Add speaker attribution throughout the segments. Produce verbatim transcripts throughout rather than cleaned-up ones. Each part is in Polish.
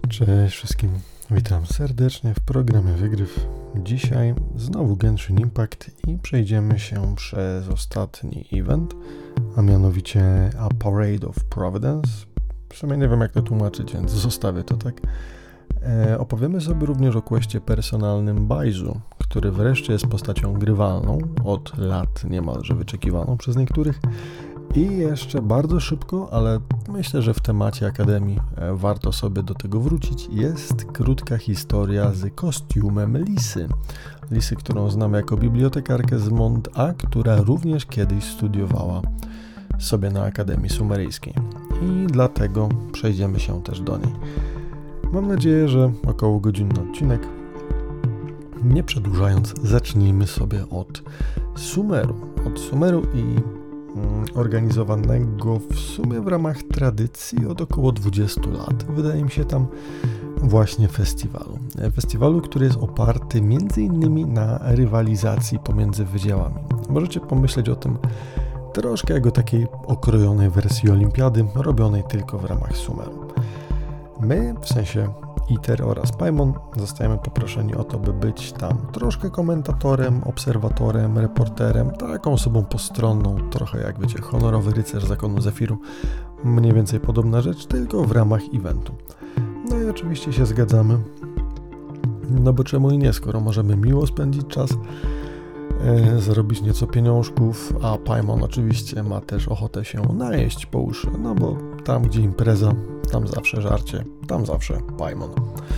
Speaker 1: Cześć wszystkim, witam serdecznie w programie Wygryw. Dzisiaj znowu Genshin Impact i przejdziemy się przez ostatni event, a mianowicie A Parade of Providence. W sumie nie wiem jak to tłumaczyć, więc zostawię to tak. E, opowiemy sobie również o questie personalnym Baizu, który wreszcie jest postacią grywalną, od lat niemalże wyczekiwaną przez niektórych. I jeszcze bardzo szybko, ale myślę, że w temacie Akademii warto sobie do tego wrócić, jest krótka historia z kostiumem Lisy. Lisy, którą znamy jako bibliotekarkę z Mont A, która również kiedyś studiowała sobie na Akademii Sumeryjskiej. I dlatego przejdziemy się też do niej. Mam nadzieję, że około godzinny odcinek. Nie przedłużając, zacznijmy sobie od Sumeru. Od Sumeru i organizowanego w sumie w ramach tradycji od około dwudziestu lat, wydaje mi się tam właśnie festiwalu. Festiwalu, który jest oparty między innymi na rywalizacji pomiędzy wydziałami. Możecie pomyśleć o tym troszkę jak o takiej okrojonej wersji olimpiady, robionej tylko w ramach Sumeru. My, w sensie Iter oraz Paimon, zostajemy poproszeni o to, by być tam troszkę komentatorem, obserwatorem, reporterem, taką osobą postronną, trochę jak wiecie, honorowy rycerz zakonu Zefiru, mniej więcej podobna rzecz, tylko w ramach eventu. No i oczywiście się zgadzamy, no bo czemu i nie, skoro możemy miło spędzić czas, e, zarobić nieco pieniążków, a Paimon oczywiście ma też ochotę się najeść po uszy, no bo tam gdzie impreza, tam zawsze żarcie, tam zawsze Paimon.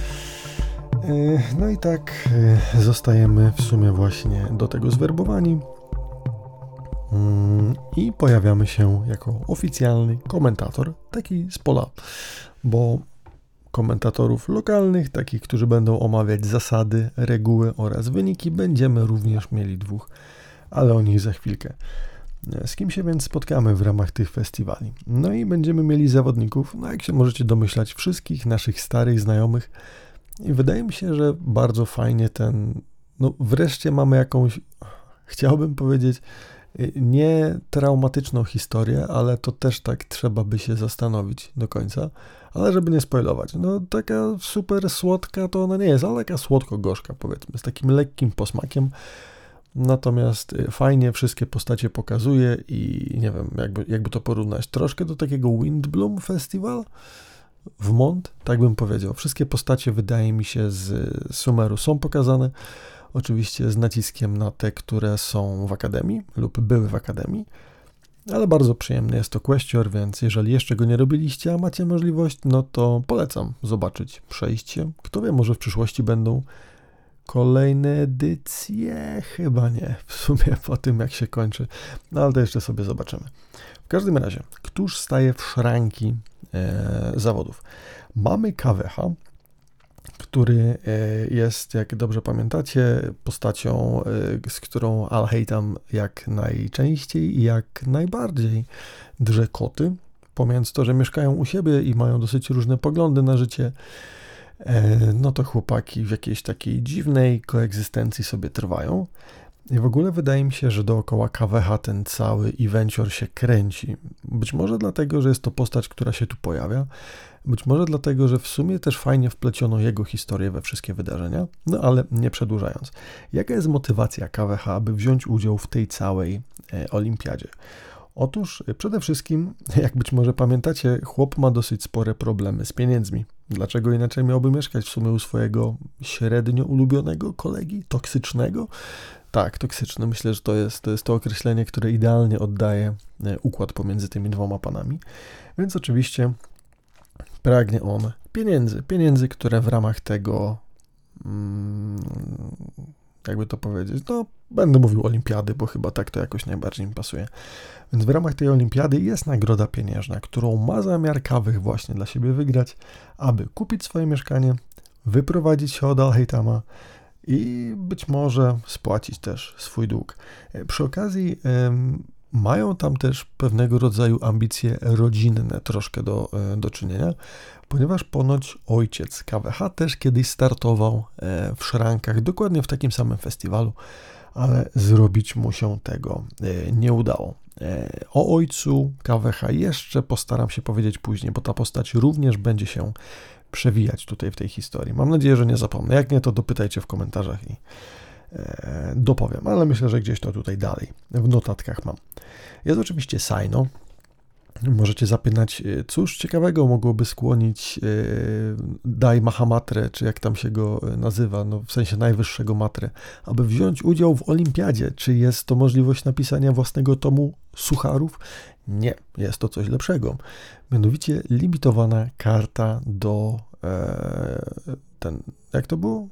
Speaker 1: No i tak zostajemy w sumie właśnie do tego zwerbowani i pojawiamy się jako oficjalny komentator, taki z pola, bo komentatorów lokalnych, takich, którzy będą omawiać zasady, reguły oraz wyniki, będziemy również mieli dwóch, ale o nich za chwilkę. Z kim się więc spotkamy w ramach tych festiwali? No i będziemy mieli zawodników, no jak się możecie domyślać, wszystkich naszych starych znajomych i wydaje mi się, że bardzo fajnie ten, no wreszcie mamy jakąś, chciałbym powiedzieć, nie traumatyczną historię, ale to też tak trzeba by się zastanowić do końca, ale żeby nie spoilować, no taka super słodka to ona nie jest, ale taka słodko-gorzka powiedzmy, z takim lekkim posmakiem. Natomiast fajnie wszystkie postacie pokazuje i nie wiem, jakby, jakby to porównać, troszkę do takiego Windbloom Festival w Mont, tak bym powiedział. Wszystkie postacie, wydaje mi się, z Sumeru są pokazane, oczywiście z naciskiem na te, które są w Akademii lub były w Akademii, ale bardzo przyjemny jest to questior, więc jeżeli jeszcze go nie robiliście, a macie możliwość, no to polecam zobaczyć, przejść się. Kto wie, może w przyszłości będą kolejne edycje? Chyba nie, w sumie po tym jak się kończy, no ale to jeszcze sobie zobaczymy. W każdym razie, któż staje w szranki e, zawodów? Mamy K W H, który e, jest, jak dobrze pamiętacie, postacią, e, z którą Alhaitham jak najczęściej i jak najbardziej drze koty, pomijając to, że mieszkają u siebie i mają dosyć różne poglądy na życie. No to chłopaki w jakiejś takiej dziwnej koegzystencji sobie trwają i w ogóle wydaje mi się, że dookoła K W H ten cały evencior się kręci. Być może dlatego, że jest to postać, która się tu pojawia, być może dlatego, że w sumie też fajnie wpleciono jego historię we wszystkie wydarzenia, no ale nie przedłużając. Jaka jest motywacja K W H, aby wziąć udział w tej całej e, olimpiadzie? Otóż przede wszystkim, jak być może pamiętacie, chłop ma dosyć spore problemy z pieniędzmi. Dlaczego inaczej miałby mieszkać w sumie u swojego średnio ulubionego kolegi? Toksycznego? Tak, toksyczny. Myślę, że to jest, to jest to określenie, które idealnie oddaje układ pomiędzy tymi dwoma panami. Więc oczywiście pragnie on pieniędzy. Pieniędzy, które w ramach tego... Hmm, jakby to powiedzieć, no będę mówił olimpiady, bo chyba tak to jakoś najbardziej mi pasuje. Więc w ramach tej olimpiady jest nagroda pieniężna, którą ma zamiar K W H właśnie dla siebie wygrać, aby kupić swoje mieszkanie, wyprowadzić się od Alhaithama i być może spłacić też swój dług. Przy okazji ym, mają tam też pewnego rodzaju ambicje rodzinne troszkę do, do czynienia, ponieważ ponoć ojciec K W H też kiedyś startował w szrankach, dokładnie w takim samym festiwalu, ale zrobić mu się tego nie udało. O ojcu K W H jeszcze postaram się powiedzieć później, bo ta postać również będzie się przewijać tutaj w tej historii. Mam nadzieję, że nie zapomnę. Jak nie, to dopytajcie w komentarzach i e, dopowiem, ale myślę, że gdzieś to tutaj dalej w notatkach mam. Jest oczywiście Cyno. Możecie zapytać, cóż ciekawego mogłoby skłonić e, Dai Mahamatrę, czy jak tam się go nazywa, no w sensie najwyższego matrę, aby wziąć udział w olimpiadzie. Czy jest to możliwość napisania własnego tomu sucharów? Nie, jest to coś lepszego. Mianowicie limitowana karta do e, ten, jak to było?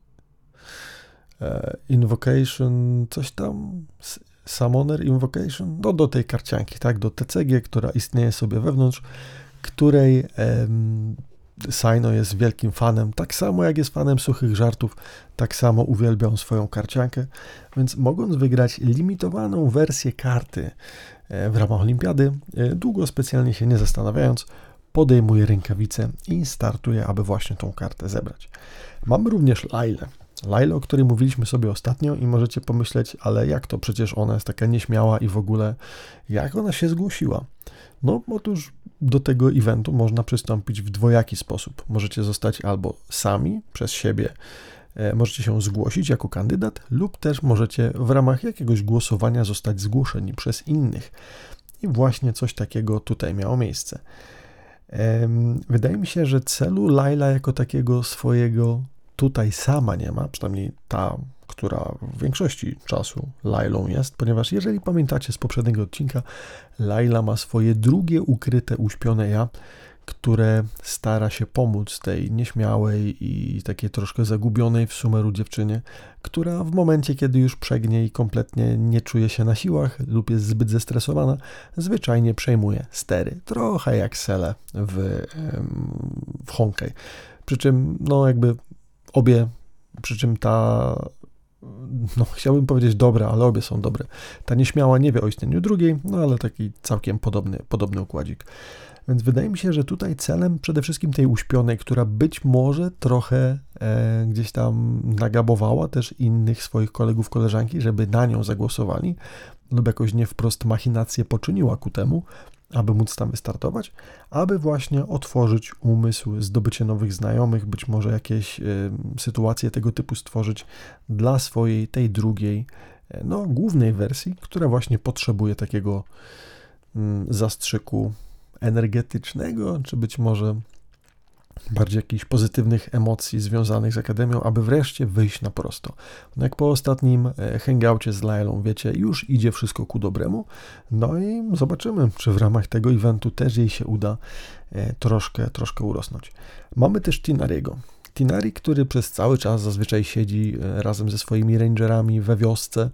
Speaker 1: E, invocation, coś tam... Summoner Invocation, no do tej karcianki, tak, do T C G, która istnieje sobie wewnątrz, której em, Cyno jest wielkim fanem, tak samo jak jest fanem suchych żartów, tak samo uwielbiał swoją karciankę, więc mogąc wygrać limitowaną wersję karty e, w ramach olimpiady, e, długo specjalnie się nie zastanawiając, podejmuje rękawice i startuje, aby właśnie tą kartę zebrać. Mamy również Lailę. Lailę, o której mówiliśmy sobie ostatnio i możecie pomyśleć, ale jak to, przecież ona jest taka nieśmiała i w ogóle jak ona się zgłosiła? No otóż do tego eventu można przystąpić w dwojaki sposób. Możecie zostać albo sami przez siebie, e, możecie się zgłosić jako kandydat lub też możecie w ramach jakiegoś głosowania zostać zgłoszeni przez innych. I właśnie coś takiego tutaj miało miejsce. E, wydaje mi się, że celu Laila jako takiego swojego tutaj sama nie ma, przynajmniej ta, która w większości czasu Lailą jest, ponieważ jeżeli pamiętacie z poprzedniego odcinka, Laila ma swoje drugie ukryte, uśpione ja, które stara się pomóc tej nieśmiałej i takiej troszkę zagubionej w sumeru dziewczynie, która w momencie, kiedy już przegnie i kompletnie nie czuje się na siłach lub jest zbyt zestresowana, zwyczajnie przejmuje stery. Trochę jak Sele w, w Honkai. Przy czym, no jakby obie, przy czym ta, no chciałbym powiedzieć dobre, ale obie są dobre. Ta nieśmiała nie wie o istnieniu drugiej, no ale taki całkiem podobny, podobny układzik. Więc wydaje mi się, że tutaj celem przede wszystkim tej uśpionej, która być może trochę e, gdzieś tam nagabowała też innych swoich kolegów, koleżanki, żeby na nią zagłosowali lub jakoś nie wprost machinację poczyniła ku temu, aby móc tam wystartować, aby właśnie otworzyć umysł, zdobycie nowych znajomych, być może jakieś y, sytuacje tego typu stworzyć dla swojej, tej drugiej, no głównej wersji, która właśnie potrzebuje takiego y, zastrzyku energetycznego, czy być może bardziej jakichś pozytywnych emocji związanych z Akademią, aby wreszcie wyjść na prosto. No jak po ostatnim hangoucie z Lailą, wiecie, już idzie wszystko ku dobremu, no i zobaczymy, czy w ramach tego eventu też jej się uda troszkę, troszkę urosnąć. Mamy też Tighnariego. Tighnari, który przez cały czas zazwyczaj siedzi razem ze swoimi rangerami we wiosce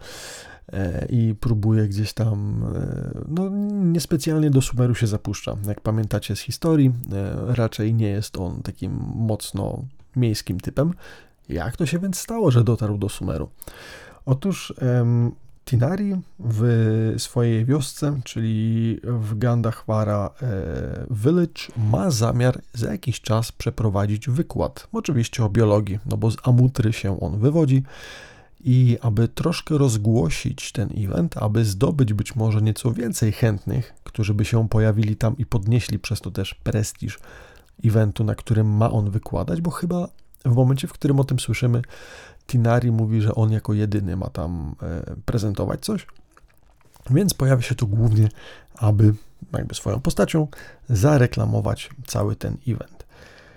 Speaker 1: i próbuje gdzieś tam, no niespecjalnie do Sumeru się zapuszcza. Jak pamiętacie z historii, raczej nie jest on takim mocno miejskim typem. Jak to się więc stało, że dotarł do Sumeru? Otóż um, Tighnari w swojej wiosce, czyli w Gandhara e, Village, ma zamiar za jakiś czas przeprowadzić wykład. Oczywiście o biologii, no bo z Amutry się on wywodzi. I aby troszkę rozgłosić ten event, aby zdobyć być może nieco więcej chętnych, którzy by się pojawili tam i podnieśli przez to też prestiż eventu, na którym ma on wykładać, bo chyba w momencie, w którym o tym słyszymy, Tighnari mówi, że on jako jedyny ma tam e, prezentować coś, więc pojawia się to głównie, aby jakby swoją postacią zareklamować cały ten event.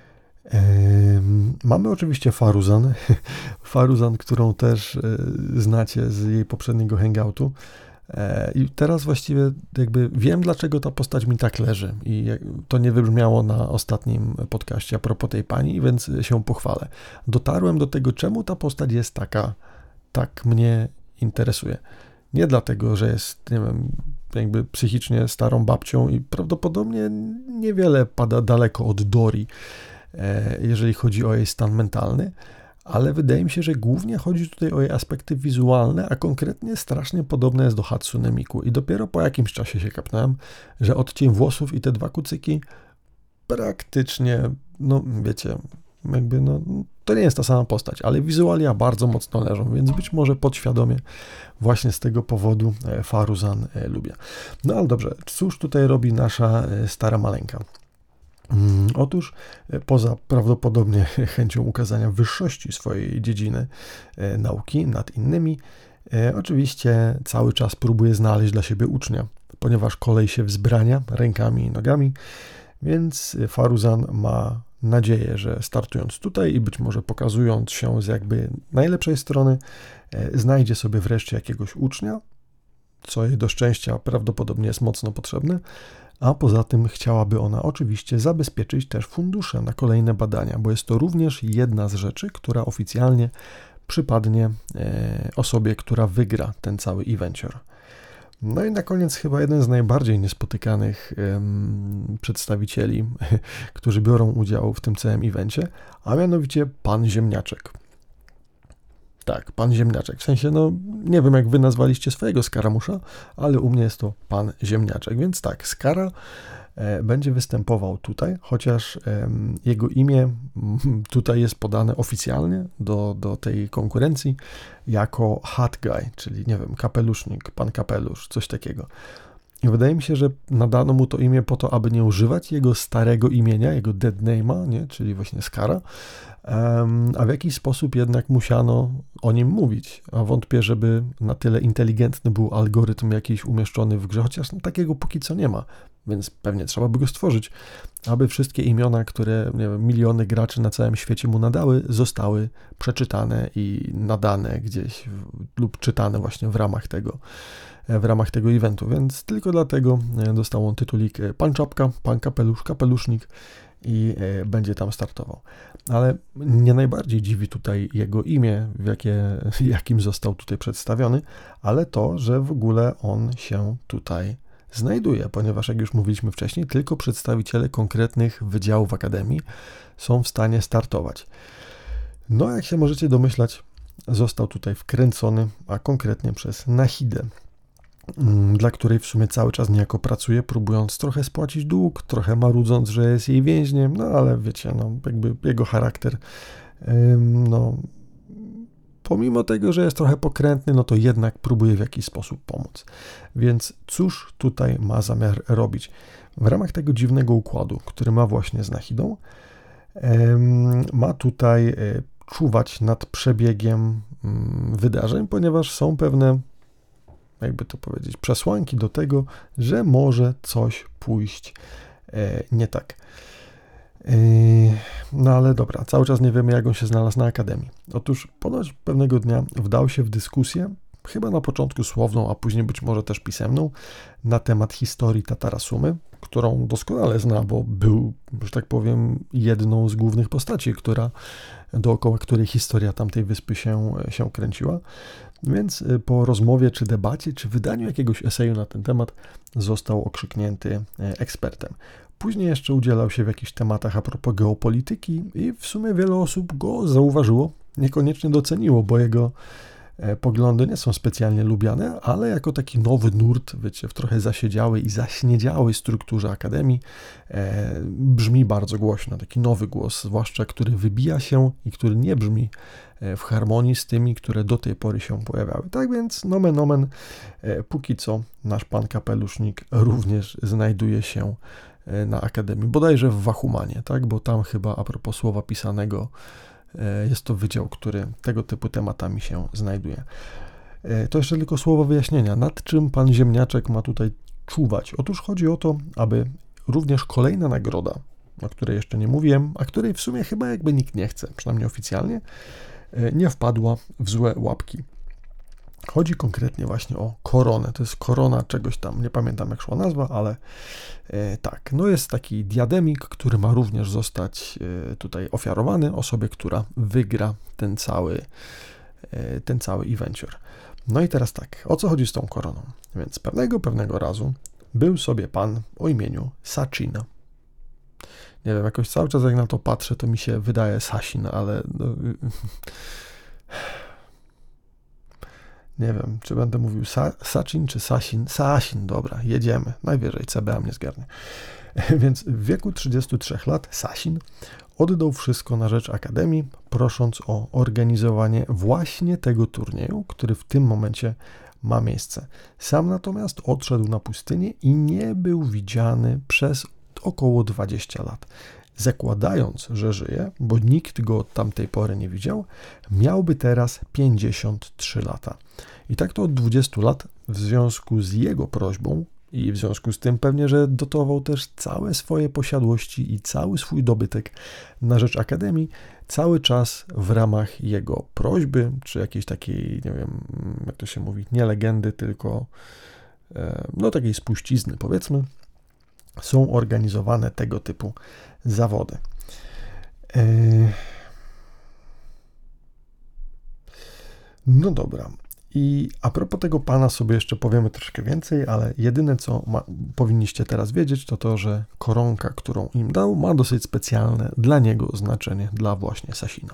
Speaker 1: Mamy oczywiście Faruzan, Faruzan, którą też znacie z jej poprzedniego hangoutu i teraz właściwie jakby wiem, dlaczego ta postać mi tak leży i to nie wybrzmiało na ostatnim podcaście a propos tej pani, więc się pochwalę. Dotarłem do tego, czemu ta postać jest taka, tak mnie interesuje. Nie dlatego, że jest, nie wiem, jakby psychicznie starą babcią i prawdopodobnie niewiele pada daleko od Dori, jeżeli chodzi o jej stan mentalny, ale wydaje mi się, że głównie chodzi tutaj o jej aspekty wizualne, a konkretnie strasznie podobne jest do Hatsune Miku i dopiero po jakimś czasie się kapnąłem, że odcień włosów i te dwa kucyki praktycznie, no wiecie, jakby no, to nie jest ta sama postać, ale wizualia bardzo mocno leżą, więc być może podświadomie właśnie z tego powodu Faruzan lubię. No ale dobrze, cóż tutaj robi nasza stara maleńka? Otóż poza prawdopodobnie chęcią ukazania wyższości swojej dziedziny nauki nad innymi, oczywiście cały czas próbuje znaleźć dla siebie ucznia, ponieważ kolej się wzbrania rękami i nogami, więc Faruzan ma nadzieję, że startując tutaj i być może pokazując się z jakby najlepszej strony, znajdzie sobie wreszcie jakiegoś ucznia, co jej do szczęścia prawdopodobnie jest mocno potrzebne, a poza tym chciałaby ona oczywiście zabezpieczyć też fundusze na kolejne badania, bo jest to również jedna z rzeczy, która oficjalnie przypadnie osobie, która wygra ten cały e-venture. No i na koniec chyba jeden z najbardziej niespotykanych um, przedstawicieli, którzy biorą udział w tym całym evencie, a mianowicie pan Ziemniaczek. Tak, pan Ziemniaczek. W sensie, no nie wiem jak wy nazwaliście swojego skaramusza, ale u mnie jest to pan Ziemniaczek. Więc tak, Skara e, będzie występował tutaj, chociaż e, jego imię tutaj jest podane oficjalnie do, do tej konkurencji jako Hat Guy, czyli nie wiem, kapelusznik, pan kapelusz, coś takiego. I wydaje mi się, że nadano mu to imię po to, aby nie używać jego starego imienia, jego dead name'a, nie? Czyli właśnie Skara, um, a w jakiś sposób jednak musiano o nim mówić. A wątpię, żeby na tyle inteligentny był algorytm jakiś umieszczony w grze, chociaż no, takiego póki co nie ma, więc pewnie trzeba by go stworzyć, aby wszystkie imiona, które nie wiem, miliony graczy na całym świecie mu nadały, zostały przeczytane i nadane gdzieś w, lub czytane właśnie w ramach tego w ramach tego eventu, więc tylko dlatego dostał on tytulik Pan Czapka, Pan Kapelusz, Kapelusznik i będzie tam startował. Ale nie najbardziej dziwi tutaj jego imię, w jakie, jakim został tutaj przedstawiony, ale to, że w ogóle on się tutaj znajduje, ponieważ jak już mówiliśmy wcześniej, tylko przedstawiciele konkretnych wydziałów Akademii są w stanie startować. No jak się możecie domyślać, został tutaj wkręcony, a konkretnie przez Nahidę, dla której w sumie cały czas niejako pracuje, próbując trochę spłacić dług, trochę marudząc, że jest jej więźniem, no ale wiecie, no jakby jego charakter, no pomimo tego, że jest trochę pokrętny, no to jednak próbuje w jakiś sposób pomóc. Więc cóż tutaj ma zamiar robić? W ramach tego dziwnego układu, który ma właśnie z Nahidą, ma tutaj czuwać nad przebiegiem wydarzeń, ponieważ są pewne, jakby to powiedzieć, przesłanki do tego, że może coś pójść e, nie tak. E, no ale dobra, cały czas nie wiemy, jak on się znalazł na Akademii. Otóż ponoć pewnego dnia wdał się w dyskusję, chyba na początku słowną, a później być może też pisemną, na temat historii Tatarasumy, którą doskonale zna, bo był, że tak powiem, jedną z głównych postaci, która, dookoła której historia tamtej wyspy się, się kręciła. Więc po rozmowie, czy debacie, czy wydaniu jakiegoś eseju na ten temat został okrzyknięty ekspertem. Później jeszcze udzielał się w jakichś tematach a propos geopolityki i w sumie wiele osób go zauważyło, niekoniecznie doceniło, bo jego poglądy nie są specjalnie lubiane, ale jako taki nowy nurt, wiecie, w trochę zasiedziałej i zaśniedziałej strukturze Akademii e, brzmi bardzo głośno, taki nowy głos, zwłaszcza który wybija się i który nie brzmi w harmonii z tymi, które do tej pory się pojawiały. Tak więc nomen omen, e, póki co nasz pan kapelusznik również znajduje się na Akademii, bodajże w Wachumanie, tak, bo tam chyba a propos słowa pisanego jest to wydział, który tego typu tematami się znajduje. To jeszcze tylko słowo wyjaśnienia, nad czym pan Ziemniaczek ma tutaj czuwać. Otóż chodzi o to, aby również kolejna nagroda, o której jeszcze nie mówiłem, a której w sumie chyba jakby nikt nie chce, przynajmniej oficjalnie, nie wpadła w złe łapki. Chodzi konkretnie właśnie o koronę. To jest korona czegoś tam, nie pamiętam jak szła nazwa, ale e, tak, no jest taki diademik, który ma również zostać e, tutaj ofiarowany osobie, która wygra ten cały, e, ten cały e-venture. No i teraz tak, o co chodzi z tą koroną? Więc pewnego, pewnego razu był sobie pan o imieniu Sachin. Nie wiem, jakoś cały czas jak na to patrzę, to mi się wydaje Sasin, ale... No, nie wiem, czy będę mówił Sa- Sachin czy Sasin. Sasin, dobra, jedziemy. Najwyżej C B A mnie zgarnie. Więc w wieku trzydziestu trzech lat Sasin oddał wszystko na rzecz Akademii, prosząc o organizowanie właśnie tego turnieju, który w tym momencie ma miejsce. Sam natomiast odszedł na pustynię i nie był widziany przez około dwadzieścia lat. Zakładając, że żyje, bo nikt go od tamtej pory nie widział, miałby teraz pięćdziesiąt trzy lata. I tak to od dwudziestu lat w związku z jego prośbą i w związku z tym pewnie, że dotował też całe swoje posiadłości i cały swój dobytek na rzecz Akademii, cały czas w ramach jego prośby, czy jakiejś takiej, nie wiem, jak to się mówi, nie legendy, tylko no takiej spuścizny, powiedzmy, są organizowane tego typu zawody. No dobra. I a propos tego pana sobie jeszcze powiemy troszkę więcej, ale jedyne, co ma, powinniście teraz wiedzieć, to to, że koronka, którą im dał, ma dosyć specjalne dla niego znaczenie, dla właśnie Sasina.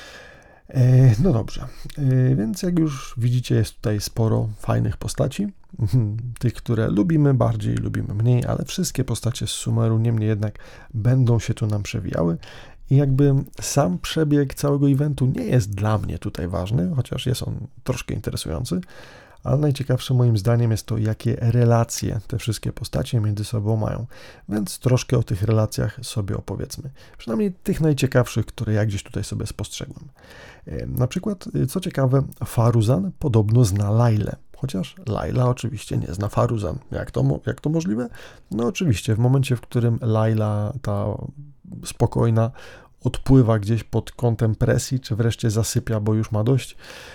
Speaker 1: E, no dobrze, e, więc jak już widzicie, jest tutaj sporo fajnych postaci, tych, które lubimy bardziej, lubimy mniej, ale wszystkie postacie z Sumeru niemniej jednak będą się tu nam przewijały. I jakby sam przebieg całego eventu nie jest dla mnie tutaj ważny, chociaż jest on troszkę interesujący, ale najciekawsze moim zdaniem jest to, jakie relacje te wszystkie postacie między sobą mają. Więc troszkę o tych relacjach sobie opowiedzmy. Przynajmniej tych najciekawszych, które ja gdzieś tutaj sobie spostrzegłem. Na przykład, co ciekawe, Faruzan podobno zna Lailę. Chociaż Laila oczywiście nie zna Faruzan. Jak to, jak to możliwe? No oczywiście, w momencie, w którym Laila, ta spokojna, odpływa gdzieś pod kątem presji, czy wreszcie zasypia, bo już ma dość,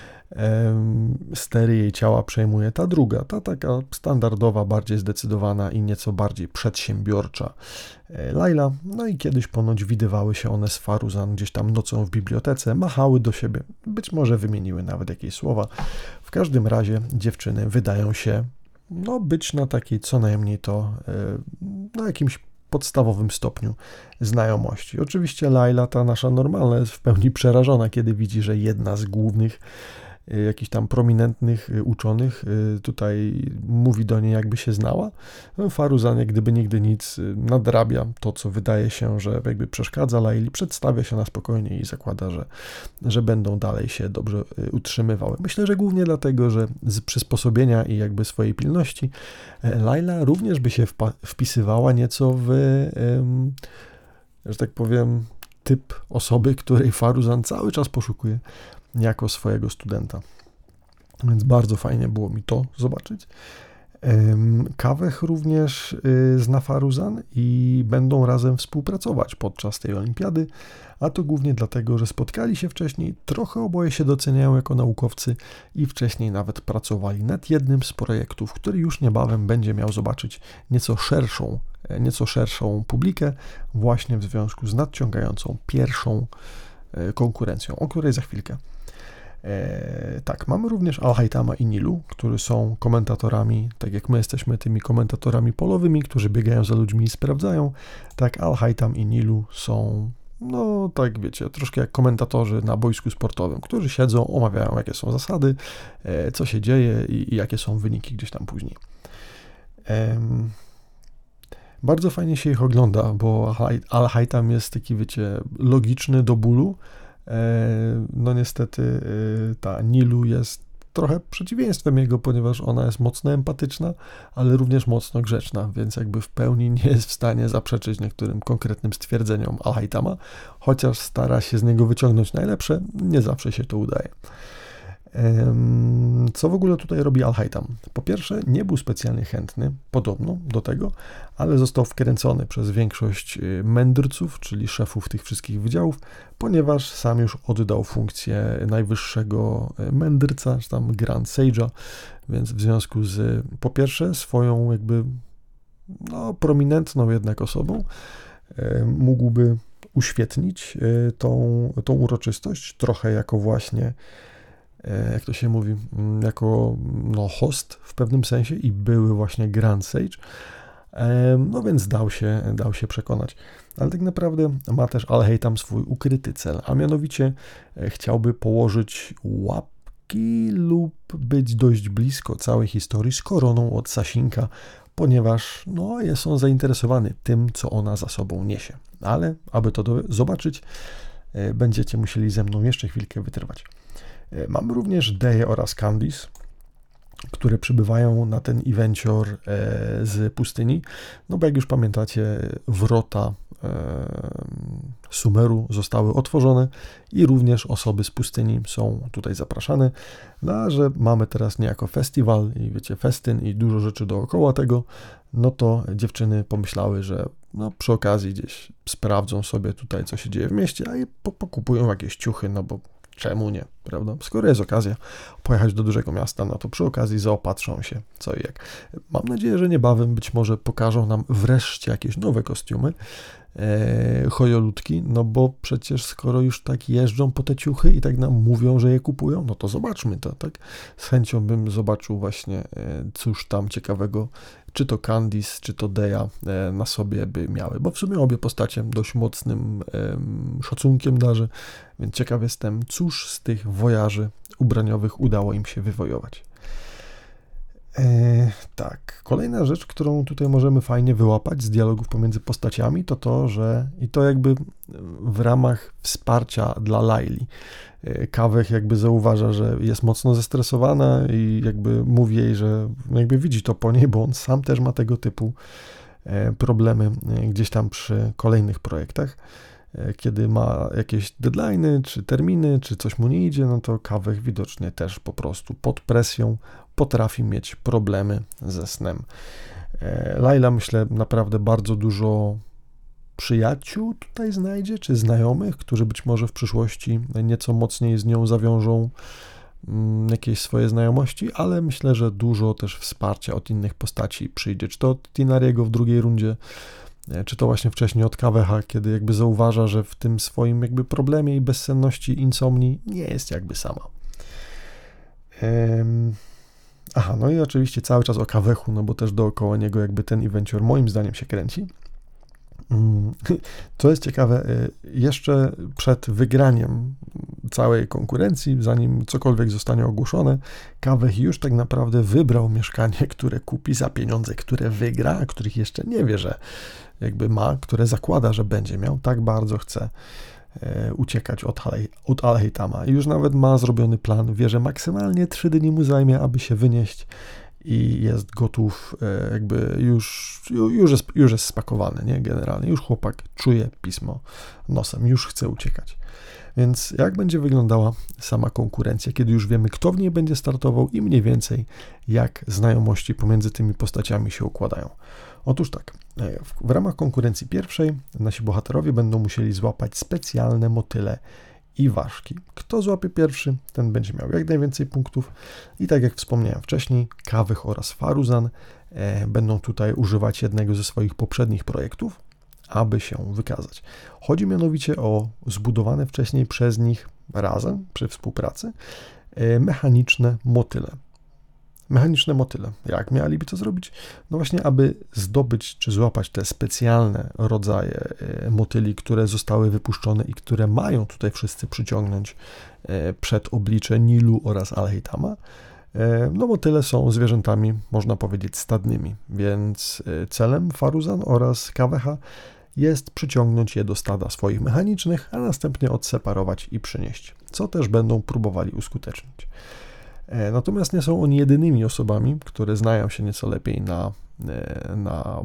Speaker 1: stery jej ciała przejmuje ta druga, ta taka standardowa, bardziej zdecydowana i nieco bardziej przedsiębiorcza Laila. No i kiedyś ponoć widywały się one z Faruzan gdzieś tam nocą w bibliotece, machały do siebie, być może wymieniły nawet jakieś słowa. W każdym razie dziewczyny wydają się no, być na takiej co najmniej to na jakimś podstawowym stopniu znajomości. Oczywiście Laila, ta nasza normalna, jest w pełni przerażona, kiedy widzi, że jedna z głównych jakichś tam prominentnych uczonych tutaj mówi do niej, jakby się znała. Faruzan, jak gdyby nigdy nic, nadrabia to, co wydaje się, że jakby przeszkadza Laili, przedstawia się na spokojnie i zakłada, że, że będą dalej się dobrze utrzymywały. Myślę, że głównie dlatego, że z przysposobienia i jakby swojej pilności Laila również by się wpa- wpisywała nieco w, ym, że tak powiem, typ osoby, której Faruzan cały czas poszukuje jako swojego studenta. Więc bardzo fajnie było mi to zobaczyć. Kawech również zna Faruzan i będą razem współpracować podczas tej olimpiady, a to głównie dlatego, że spotkali się wcześniej, trochę oboje się doceniają jako naukowcy i wcześniej nawet pracowali nad jednym z projektów, który już niebawem będzie miał zobaczyć nieco szerszą, nieco szerszą publikę właśnie w związku z nadciągającą pierwszą konkurencją, o której za chwilkę. E, tak, mamy również Al-Haytama i Nilu, którzy są komentatorami, tak jak my jesteśmy tymi komentatorami polowymi, którzy biegają za ludźmi i sprawdzają, tak Al-Haytam i Nilu są, no tak wiecie, troszkę jak komentatorzy na boisku sportowym, którzy siedzą, omawiają, jakie są zasady, e, co się dzieje i, i jakie są wyniki gdzieś tam później. E, bardzo fajnie się ich ogląda, bo Al-Haytam jest taki, wiecie, logiczny do bólu. No niestety ta Nilu jest trochę przeciwieństwem jego, ponieważ ona jest mocno empatyczna, ale również mocno grzeczna, więc jakby w pełni nie jest w stanie zaprzeczyć niektórym konkretnym stwierdzeniom Al-Haytama, chociaż stara się z niego wyciągnąć najlepsze, nie zawsze się to udaje. Co w ogóle tutaj robi Al-Haytam? Po pierwsze, nie był specjalnie chętny, podobno, do tego, ale został wkręcony przez większość mędrców, czyli szefów tych wszystkich wydziałów, ponieważ sam już oddał funkcję najwyższego mędrca, czy tam Grand Sage'a, więc w związku z, po pierwsze, swoją jakby no, prominentną jednak osobą mógłby uświetnić tą, tą uroczystość, trochę jako właśnie, jak to się mówi, jako no, host w pewnym sensie i były właśnie Grand Sage, no więc dał się, dał się przekonać. Ale tak naprawdę ma też Al-Haytam swój ukryty cel, a mianowicie chciałby położyć łapki lub być dość blisko całej historii z koroną od Sasinka, ponieważ no, jest on zainteresowany tym, co ona za sobą niesie. Ale aby to do- zobaczyć, będziecie musieli ze mną jeszcze chwilkę wytrwać. Mamy również Deję oraz Candice, które przybywają na ten evencior e, z pustyni, no bo jak już pamiętacie, wrota e, Sumeru zostały otworzone i również osoby z pustyni są tutaj zapraszane, no a że mamy teraz niejako festiwal i wiecie, festyn i dużo rzeczy dookoła tego, no to dziewczyny pomyślały, że no przy okazji gdzieś sprawdzą sobie tutaj, co się dzieje w mieście, a i po, pokupują jakieś ciuchy, no bo czemu nie, prawda? Skoro jest okazja pojechać do dużego miasta, no to przy okazji zaopatrzą się co i jak. Mam nadzieję, że niebawem być może pokażą nam wreszcie jakieś nowe kostiumy, e, chojolutki, no bo przecież skoro już tak jeżdżą po te ciuchy i tak nam mówią, że je kupują, no to zobaczmy to, tak? Z chęcią bym zobaczył właśnie, e, cóż tam ciekawego, czy to Candice, czy to Dea e, na sobie by miały, bo w sumie obie postacie dość mocnym e, szacunkiem darzę, więc ciekaw jestem, cóż z tych wojaży ubraniowych udało im się wywojować. E, tak, kolejna rzecz, którą tutaj możemy fajnie wyłapać z dialogów pomiędzy postaciami, to to, że i to jakby w ramach wsparcia dla Laili. Kawech jakby zauważa, że jest mocno zestresowana i jakby mówi jej, że jakby widzi to po niej, bo on sam też ma tego typu problemy gdzieś tam przy kolejnych projektach. Kiedy ma jakieś deadline'y, czy terminy, czy coś mu nie idzie, no to Kawech widocznie też po prostu pod presją potrafi mieć problemy ze snem. Laila, myślę, naprawdę bardzo dużo przyjaciół tutaj znajdzie, czy znajomych, którzy być może w przyszłości nieco mocniej z nią zawiążą jakieś swoje znajomości, ale myślę, że dużo też wsparcia od innych postaci przyjdzie, czy to od Tinariego w drugiej rundzie, czy to właśnie wcześniej od Kaweha, kiedy jakby zauważa, że w tym swoim jakby problemie i bezsenności, insomnii nie jest jakby sama. Um, aha, no i oczywiście cały czas o Kawehu, no bo też dookoła niego jakby ten evencior moim zdaniem się kręci. Co jest ciekawe, jeszcze przed wygraniem całej konkurencji, zanim cokolwiek zostanie ogłoszone, Kawech już tak naprawdę wybrał mieszkanie, które kupi za pieniądze, które wygra, a których jeszcze nie wie, że jakby ma, które zakłada, że będzie miał, tak bardzo chce uciekać od, od Al-Haytama. I już nawet ma zrobiony plan, wie, że maksymalnie trzy dni mu zajmie, aby się wynieść i jest gotów, jakby już, już, jest, już jest spakowany, nie? Generalnie już chłopak czuje pismo nosem, już chce uciekać. Więc jak będzie wyglądała sama konkurencja, kiedy już wiemy, kto w niej będzie startował i mniej więcej jak znajomości pomiędzy tymi postaciami się układają. Otóż tak, w, w ramach konkurencji pierwszej nasi bohaterowie będą musieli złapać specjalne motyle i ważki. Kto złapie pierwszy, ten będzie miał jak najwięcej punktów i tak jak wspomniałem wcześniej, Kawech oraz Faruzan e, będą tutaj używać jednego ze swoich poprzednich projektów, aby się wykazać. Chodzi mianowicie o zbudowane wcześniej przez nich razem, przy współpracy, e, mechaniczne motyle. Mechaniczne motyle. Jak mieliby to zrobić? No właśnie, aby zdobyć czy złapać te specjalne rodzaje motyli, które zostały wypuszczone i które mają tutaj wszyscy przyciągnąć przed oblicze Nilu oraz Al-Haytama. No motyle są zwierzętami, można powiedzieć, stadnymi, więc celem Faruzan oraz Kaweha jest przyciągnąć je do stada swoich mechanicznych, a następnie odseparować i przynieść, co też będą próbowali uskutecznić. Natomiast nie są oni jedynymi osobami, które znają się nieco lepiej na, na,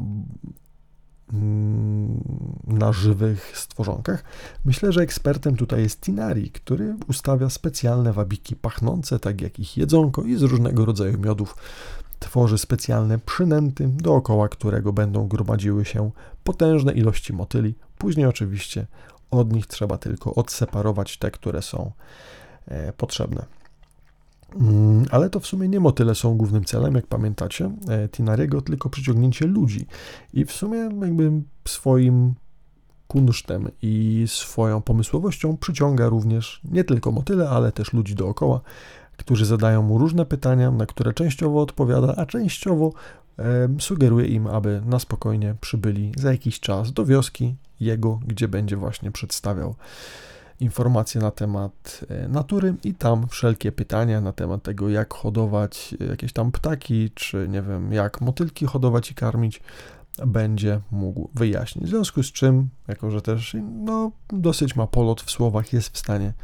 Speaker 1: na żywych stworzonkach. Myślę, że ekspertem tutaj jest Tinari, który ustawia specjalne wabiki pachnące, tak jak ich jedzonko i z różnego rodzaju miodów tworzy specjalne przynęty, dookoła którego będą gromadziły się potężne ilości motyli. Później oczywiście od nich trzeba tylko odseparować te, które są potrzebne. Ale to w sumie nie motyle są głównym celem, jak pamiętacie, Tinariego, tylko przyciągnięcie ludzi. I w sumie jakby swoim kunsztem i swoją pomysłowością przyciąga również nie tylko motyle, ale też ludzi dookoła, którzy zadają mu różne pytania, na które częściowo odpowiada, a częściowo e, sugeruje im, aby na spokojnie przybyli za jakiś czas do wioski jego, gdzie będzie właśnie przedstawiał informacje na temat natury i tam wszelkie pytania na temat tego, jak hodować jakieś tam ptaki, czy nie wiem, jak motylki hodować i karmić, będzie mógł wyjaśnić. W związku z czym, jako że też no, dosyć ma polot w słowach, jest w stanie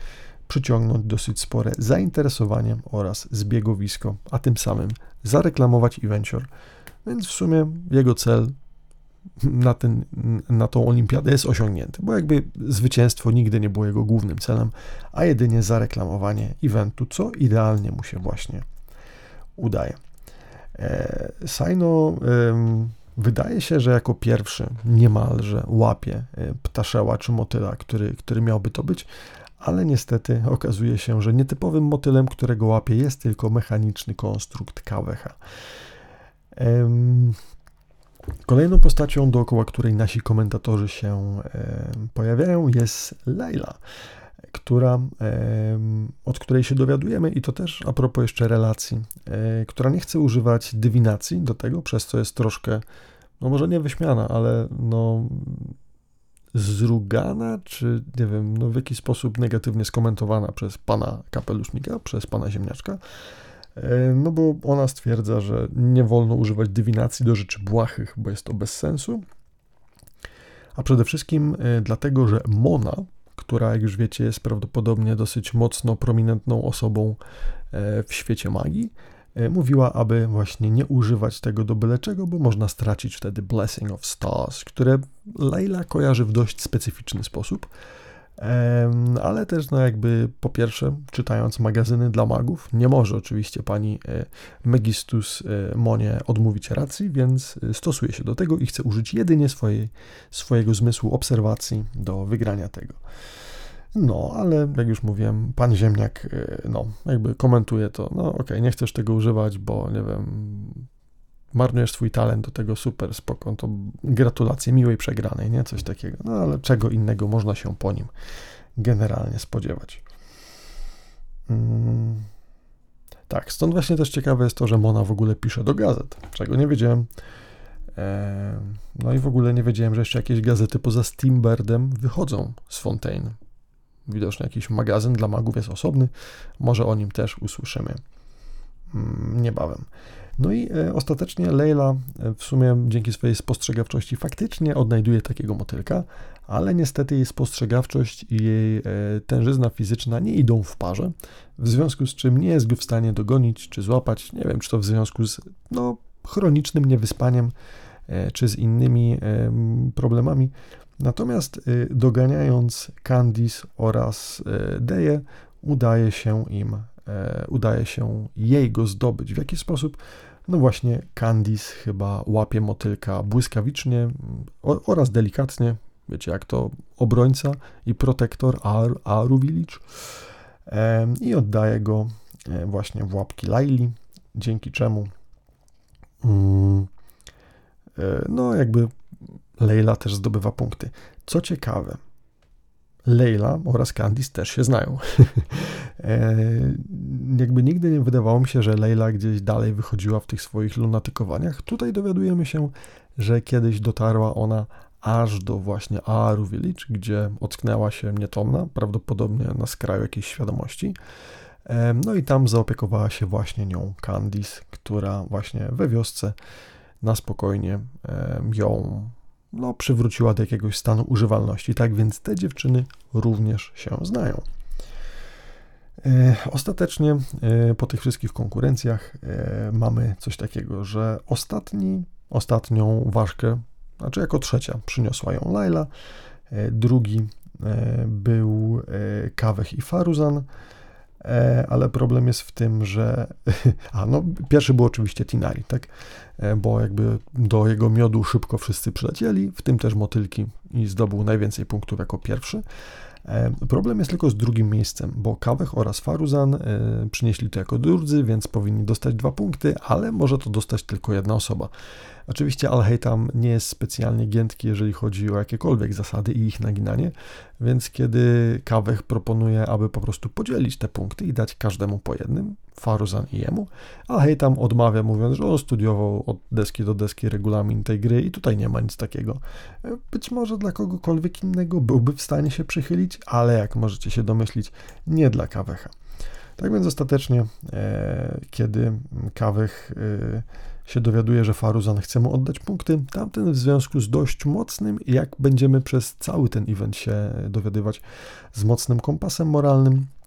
Speaker 1: przyciągnąć dosyć spore zainteresowanie oraz zbiegowisko, a tym samym zareklamować evencior. Więc w sumie jego cel na, ten, na tą olimpiadę jest osiągnięty, bo jakby zwycięstwo nigdy nie było jego głównym celem, a jedynie zareklamowanie eventu, co idealnie mu się właśnie udaje. E, Saino e, wydaje się, że jako pierwszy niemalże łapie ptaszeła czy motyla, który, który miałby to być, ale niestety okazuje się, że nietypowym motylem, którego łapie, jest tylko mechaniczny konstrukt K W H. Um, Kolejną postacią, dookoła której nasi komentatorzy się um, pojawiają, jest Layla, która, um, od której się dowiadujemy, i to też a propos jeszcze relacji, um, która nie chce używać dywinacji do tego, przez co jest troszkę, no może nie wyśmiana, ale no zrugana, czy nie wiem, no w jakiś sposób negatywnie skomentowana przez pana kapelusznika, przez pana ziemniaczka, no bo ona stwierdza, że nie wolno używać dywinacji do rzeczy błahych, bo jest to bez sensu, a przede wszystkim dlatego, że Mona, która, jak już wiecie, jest prawdopodobnie dosyć mocno prominentną osobą w świecie magii, mówiła, aby właśnie nie używać tego do byle czego, bo można stracić wtedy Blessing of Stars, które Layla kojarzy w dość specyficzny sposób, ale też no jakby po pierwsze, czytając magazyny dla magów, nie może oczywiście pani Megistus Monie odmówić racji, więc stosuje się do tego i chce użyć jedynie swojej, swojego zmysłu obserwacji do wygrania tego. No, ale jak już mówiłem, pan ziemniak, no, jakby komentuje to, no okej, okay, nie chcesz tego używać, bo nie wiem, marnujesz swój talent do tego, super, spoko, to gratulacje miłej przegranej, nie, coś takiego, no ale czego innego można się po nim generalnie spodziewać. Hmm. Tak, stąd właśnie też ciekawe jest to, że Mona w ogóle pisze do gazet, czego nie wiedziałem. Eee, no i w ogóle nie wiedziałem, że jeszcze jakieś gazety poza Steambirdem wychodzą z Fontaine. Widocznie jakiś magazyn dla magów jest osobny, może o nim też usłyszymy niebawem. No i e, ostatecznie Layla e, w sumie dzięki swojej spostrzegawczości faktycznie odnajduje takiego motylka, ale niestety jej spostrzegawczość i jej e, tężyzna fizyczna nie idą w parze, w związku z czym nie jest go w stanie dogonić czy złapać, nie wiem, czy to w związku z no, chronicznym niewyspaniem, e, czy z innymi e, problemami. Natomiast y, doganiając Candice oraz y, Deję, udaje się im, y, udaje się jej go zdobyć. W jaki sposób? No właśnie Candice chyba łapie motylka błyskawicznie o, oraz delikatnie, wiecie jak to, obrońca i protektor Ar, Aru Village, y, i oddaje go y, właśnie w łapki Layli, dzięki czemu y, y, no jakby Layla też zdobywa punkty. Co ciekawe, Layla oraz Candice też się znają. e, jakby nigdy nie wydawało mi się, że Layla gdzieś dalej wychodziła w tych swoich lunatykowaniach. Tutaj dowiadujemy się, że kiedyś dotarła ona aż do właśnie Aaru Village, gdzie ocknęła się nietomna, prawdopodobnie na skraju jakiejś świadomości. E, no i tam zaopiekowała się właśnie nią Candice, która właśnie we wiosce na spokojnie e, ją no, przywróciła do jakiegoś stanu używalności. Tak więc te dziewczyny również się znają. E, ostatecznie e, po tych wszystkich konkurencjach e, mamy coś takiego, że ostatni, ostatnią ważkę, znaczy jako trzecia przyniosła ją Layla, e, drugi e, był e, Kawech i Faruzan, e, ale problem jest w tym, że a no pierwszy był oczywiście Tinari, tak? Bo jakby do jego miodu szybko wszyscy przylecieli, w tym też motylki, i zdobył najwięcej punktów jako pierwszy. Problem jest tylko z drugim miejscem, bo Kawech oraz Faruzan przynieśli to jako drudzy, więc powinni dostać dwa punkty, ale może to dostać tylko jedna osoba. Oczywiście Al-Haytham nie jest specjalnie giętki, jeżeli chodzi o jakiekolwiek zasady i ich naginanie, więc kiedy Kawech proponuje, aby po prostu podzielić te punkty i dać każdemu po jednym, Faruzan i jemu, Al-Haytham odmawia, mówiąc, że on studiował od deski do deski regulamin tej gry i tutaj nie ma nic takiego. Być może dla kogokolwiek innego byłby w stanie się przychylić, ale jak możecie się domyślić, nie dla Kawecha. Tak więc ostatecznie, e, kiedy Kawech e, się dowiaduje, że Faruzan chce mu oddać punkty, tamten w związku z dość mocnym, jak będziemy przez cały ten event się dowiadywać, z mocnym kompasem moralnym,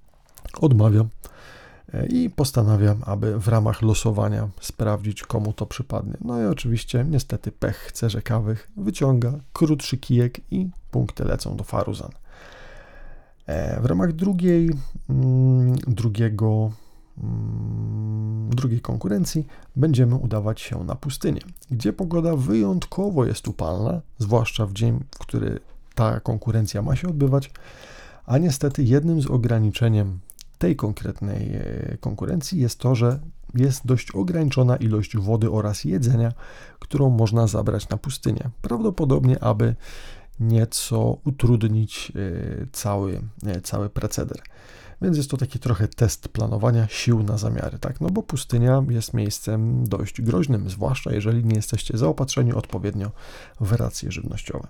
Speaker 1: odmawia i postanawia, aby w ramach losowania sprawdzić, komu to przypadnie. No i oczywiście niestety pech chce rzekawych, wyciąga krótszy kijek i punkty lecą do Faruzan. W ramach drugiej, drugiego, drugiej konkurencji będziemy udawać się na pustynię, gdzie pogoda wyjątkowo jest upalna, zwłaszcza w dzień, w który ta konkurencja ma się odbywać, a niestety jednym z ograniczeniem tej konkretnej konkurencji jest to, że jest dość ograniczona ilość wody oraz jedzenia, którą można zabrać na pustynię. Prawdopodobnie, aby nieco utrudnić cały, cały proceder. Więc jest to taki trochę test planowania sił na zamiary, tak? No bo pustynia jest miejscem dość groźnym, zwłaszcza jeżeli nie jesteście zaopatrzeni odpowiednio w racje żywnościowe.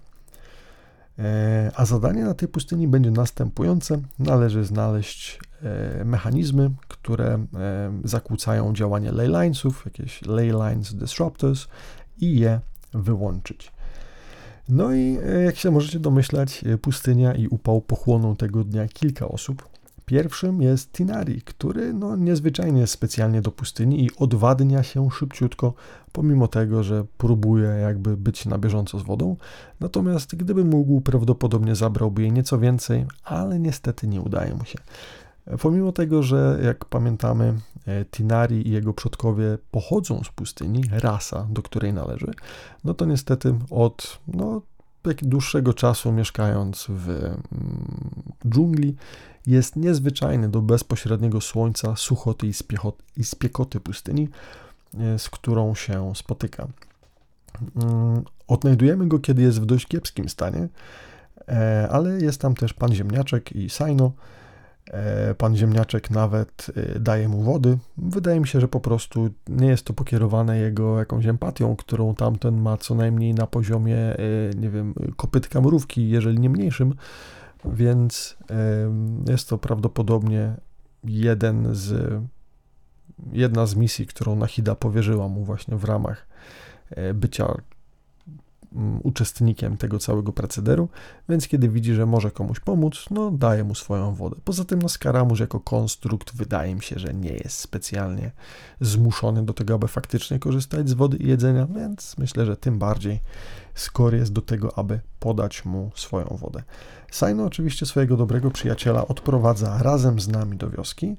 Speaker 1: A zadanie na tej pustyni będzie następujące. Należy znaleźć mechanizmy, które zakłócają działanie leylinesów, jakieś leylines disruptors i je wyłączyć. No i jak się możecie domyślać, pustynia i upał pochłoną tego dnia kilka osób. Pierwszym jest Tinari, który no, niezwyczajnie jest specjalnie do pustyni i odwadnia się szybciutko, pomimo tego, że próbuje jakby być na bieżąco z wodą. Natomiast gdyby mógł, prawdopodobnie zabrałby jej nieco więcej, ale niestety nie udaje mu się. Pomimo tego, że jak pamiętamy, Tinari i jego przodkowie pochodzą z pustyni, rasa, do której należy, no to niestety od no, dłuższego czasu mieszkając w mm, dżungli, jest niezwyczajny do bezpośredniego słońca, suchoty i, spiechoty, i spiekoty pustyni, z którą się spotyka. Odnajdujemy go, kiedy jest w dość kiepskim stanie, ale jest tam też pan Ziemniaczek i Saino. Pan Ziemniaczek nawet daje mu wody. Wydaje mi się, że po prostu nie jest to pokierowane jego jakąś empatią, którą tamten ma co najmniej na poziomie, nie wiem, kopytka mrówki, jeżeli nie mniejszym, więc jest to prawdopodobnie jeden z, jedna z misji, którą Nahida powierzyła mu właśnie w ramach bycia uczestnikiem tego całego procederu, więc kiedy widzi, że może komuś pomóc, no daje mu swoją wodę. Poza tym no Scaramouche jako konstrukt wydaje mi się, że nie jest specjalnie zmuszony do tego, aby faktycznie korzystać z wody i jedzenia, więc myślę, że tym bardziej skory jest do tego, aby podać mu swoją wodę. Saino oczywiście swojego dobrego przyjaciela odprowadza razem z nami do wioski.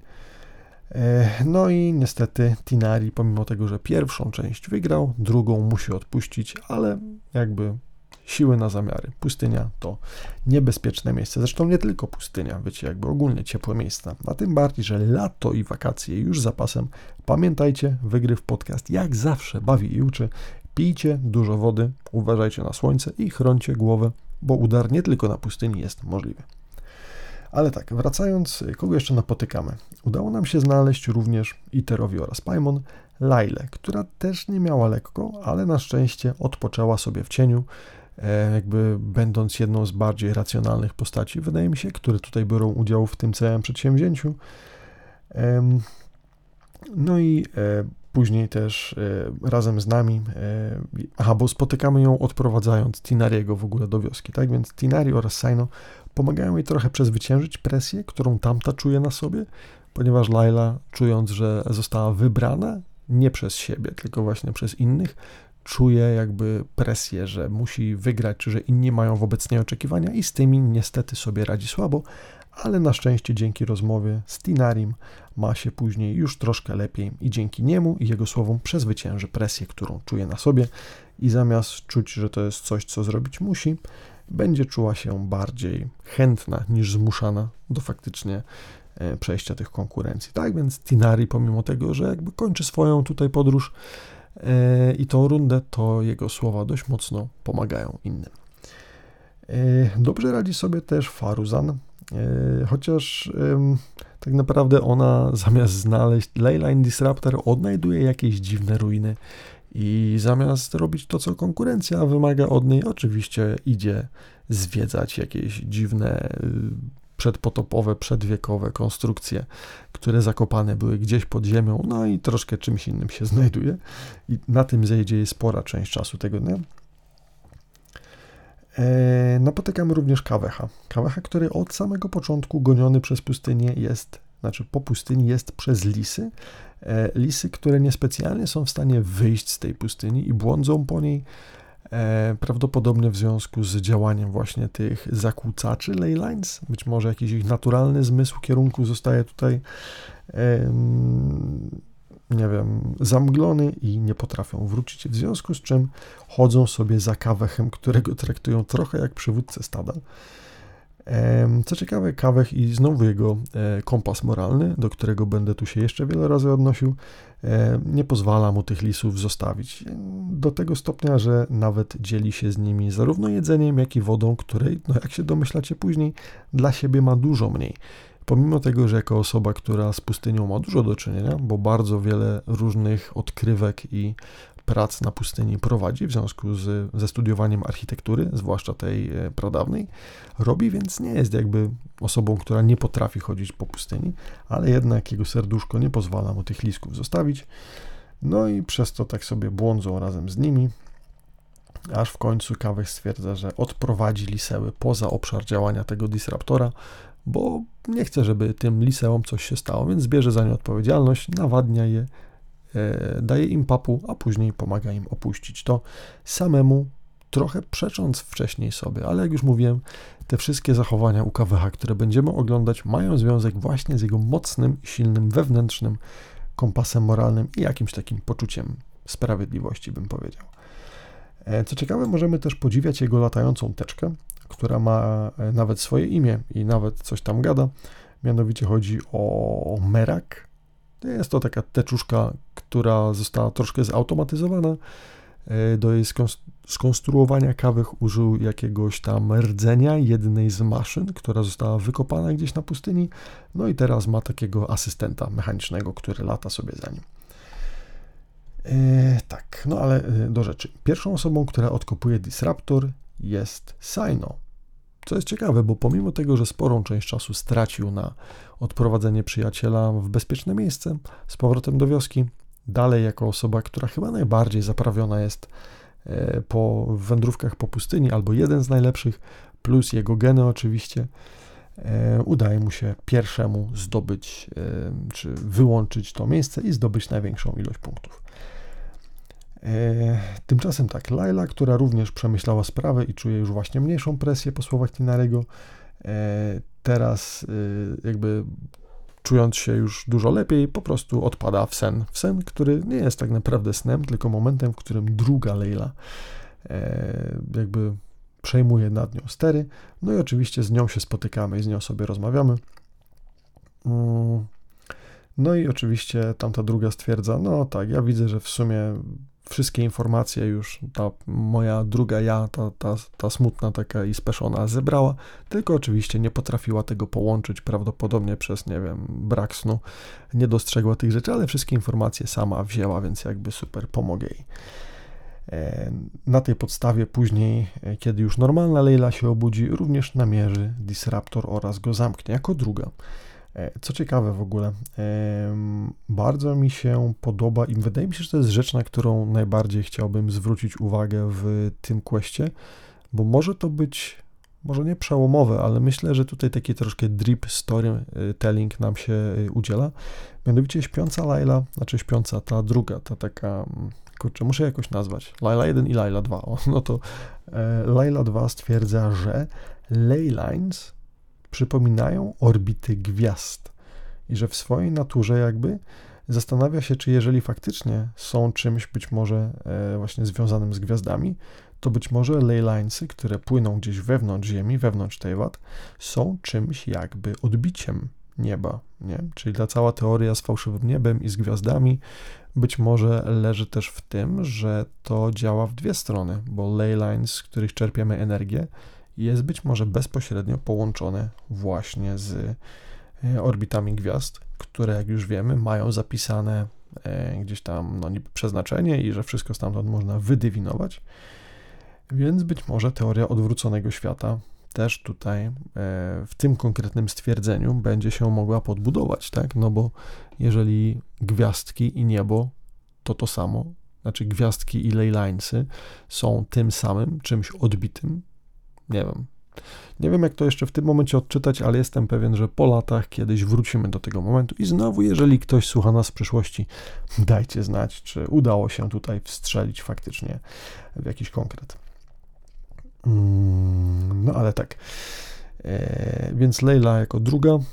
Speaker 1: No i niestety Tinari, pomimo tego, że pierwszą część wygrał, drugą musi odpuścić, ale jakby siły na zamiary. Pustynia to niebezpieczne miejsce, zresztą nie tylko pustynia, wiecie, jakby ogólnie ciepłe miejsca, a tym bardziej, że lato i wakacje już za pasem. Pamiętajcie, Wygryw Podcast jak zawsze bawi i uczy. Pijcie dużo wody, uważajcie na słońce i chrońcie głowę, bo udar nie tylko na pustyni jest możliwy. Ale tak, wracając, kogo jeszcze napotykamy? Udało nam się znaleźć również Iterowi oraz Paimon Lailę, która też nie miała lekko, ale na szczęście odpoczęła sobie w cieniu, jakby będąc jedną z bardziej racjonalnych postaci, wydaje mi się, które tutaj biorą udział w tym całym przedsięwzięciu. No i później też razem z nami, aha, bo spotykamy ją odprowadzając Tinariego w ogóle do wioski, tak? Więc Tinari oraz Saino pomagają jej trochę przezwyciężyć presję, którą tamta czuje na sobie, ponieważ Laila, czując, że została wybrana nie przez siebie, tylko właśnie przez innych, czuje jakby presję, że musi wygrać, czy że inni mają wobec niej oczekiwania i z tymi niestety sobie radzi słabo, ale na szczęście dzięki rozmowie z Tinarim ma się później już troszkę lepiej i dzięki niemu i jego słowom przezwycięży presję, którą czuje na sobie i zamiast czuć, że to jest coś, co zrobić musi, będzie czuła się bardziej chętna niż zmuszana do faktycznie przejścia tych konkurencji. Tak więc Tinari, pomimo tego, że jakby kończy swoją tutaj podróż i tą rundę, to jego słowa dość mocno pomagają innym. Dobrze radzi sobie też Faruzan, chociaż tak naprawdę ona zamiast znaleźć Leyline Disruptor odnajduje jakieś dziwne ruiny i zamiast robić to, co konkurencja wymaga od niej, oczywiście idzie zwiedzać jakieś dziwne przedpotopowe, przedwiekowe konstrukcje, które zakopane były gdzieś pod ziemią, no i troszkę czymś innym się znajduje i na tym zejdzie jej spora część czasu tego dnia. Napotykamy również Kaweha. Kaweha, który od samego początku goniony przez pustynię jest znaczy po pustyni jest przez lisy. Lisy, które niespecjalnie są w stanie wyjść z tej pustyni i błądzą po niej, prawdopodobnie w związku z działaniem właśnie tych zakłócaczy ley lines. Być może jakiś ich naturalny zmysł kierunku zostaje tutaj nie wiem, zamglony i nie potrafią wrócić, w związku z czym chodzą sobie za Kawechem, którego traktują trochę jak przywódcę stada. Co ciekawe, Kawech i znowu jego kompas moralny, do którego będę tu się jeszcze wiele razy odnosił, nie pozwala mu tych lisów zostawić. Do tego stopnia, że nawet dzieli się z nimi zarówno jedzeniem, jak i wodą, której, no jak się domyślacie później, dla siebie ma dużo mniej. Pomimo tego, że jako osoba, która z pustynią ma dużo do czynienia, bo bardzo wiele różnych odkrywek i prac na pustyni prowadzi w związku z, ze studiowaniem architektury, zwłaszcza tej pradawnej, robi, więc nie jest jakby osobą, która nie potrafi chodzić po pustyni, ale jednak jego serduszko nie pozwala mu tych lisków zostawić, no i przez to tak sobie błądzą razem z nimi, aż w końcu Kawech stwierdza, że odprowadzi liseły poza obszar działania tego disruptora, bo nie chce, żeby tym liseom coś się stało, więc bierze za nie odpowiedzialność, nawadnia je, e, daje im papu, a później pomaga im opuścić to samemu, trochę przecząc wcześniej sobie, ale jak już mówiłem, te wszystkie zachowania u Kawecha, które będziemy oglądać, mają związek właśnie z jego mocnym, silnym, wewnętrznym kompasem moralnym i jakimś takim poczuciem sprawiedliwości, bym powiedział. E, co ciekawe, możemy też podziwiać jego latającą teczkę, która ma nawet swoje imię i nawet coś tam gada. Mianowicie chodzi o Merak. Jest to taka teczuszka, która została troszkę zautomatyzowana. Do jej skonstruowania Kawech użył jakiegoś tam rdzenia jednej z maszyn, która została wykopana gdzieś na pustyni. No i teraz ma takiego asystenta mechanicznego, który lata sobie za nim. E, tak, no ale do rzeczy. Pierwszą osobą, która odkopuje Disruptor, jest Sino. Co jest ciekawe, bo pomimo tego, że sporą część czasu stracił na odprowadzenie przyjaciela w bezpieczne miejsce z powrotem do wioski, dalej jako osoba, która chyba najbardziej zaprawiona jest po wędrówkach po pustyni, albo jeden z najlepszych, plus jego geny oczywiście, udaje mu się pierwszemu zdobyć, czy wyłączyć to miejsce i zdobyć największą ilość punktów. Tymczasem tak, Layla, która również przemyślała sprawę i czuje już właśnie mniejszą presję po słowach Tinarego, teraz jakby czując się już dużo lepiej, po prostu odpada w sen. W sen, który nie jest tak naprawdę snem, tylko momentem, w którym druga Layla jakby przejmuje nad nią stery. No i oczywiście z nią się spotykamy i z nią sobie rozmawiamy. No i oczywiście tamta druga stwierdza, no tak, ja widzę, że w sumie wszystkie informacje już ta moja druga ja, ta, ta, ta smutna taka i speszona zebrała, tylko oczywiście nie potrafiła tego połączyć, prawdopodobnie przez, nie wiem, brak snu, nie dostrzegła tych rzeczy, ale wszystkie informacje sama wzięła, więc jakby super, pomogę jej. Na tej podstawie później, kiedy już normalna Layla się obudzi, również namierzy Disruptor oraz go zamknie jako druga. Co ciekawe w ogóle, bardzo mi się podoba i wydaje mi się, że to jest rzecz, na którą najbardziej chciałbym zwrócić uwagę w tym questie, bo może to być, może nie przełomowe, ale myślę, że tutaj taki troszkę drip storytelling nam się udziela. Mianowicie śpiąca Layla, znaczy śpiąca ta druga, ta taka, kurczę, muszę jakoś nazwać, Layla jeden i Layla dwa. O, no to Layla dwa stwierdza, że ley lines przypominają orbity gwiazd i że w swojej naturze jakby zastanawia się, czy jeżeli faktycznie są czymś być może e, właśnie związanym z gwiazdami, to być może ley linesy, które płyną gdzieś wewnątrz Ziemi, wewnątrz Teyvat, są czymś jakby odbiciem nieba, nie? Czyli ta cała teoria z fałszywym niebem i z gwiazdami być może leży też w tym, że to działa w dwie strony, bo ley lines, z których czerpiemy energię, jest być może bezpośrednio połączone właśnie z orbitami gwiazd, które, jak już wiemy, mają zapisane gdzieś tam no, niby przeznaczenie i że wszystko stamtąd można wydywinować. Więc być może teoria odwróconego świata też tutaj w tym konkretnym stwierdzeniu będzie się mogła podbudować, tak? No bo jeżeli gwiazdki i niebo to to samo, znaczy gwiazdki i ley linesy są tym samym, czymś odbitym, nie wiem, Nie wiem, jak to jeszcze w tym momencie odczytać, ale jestem pewien, że po latach kiedyś wrócimy do tego momentu i znowu, jeżeli ktoś słucha nas w przyszłości, dajcie znać, czy udało się tutaj wstrzelić faktycznie w jakiś konkret. No ale tak, e, więc Leyla jako druga e,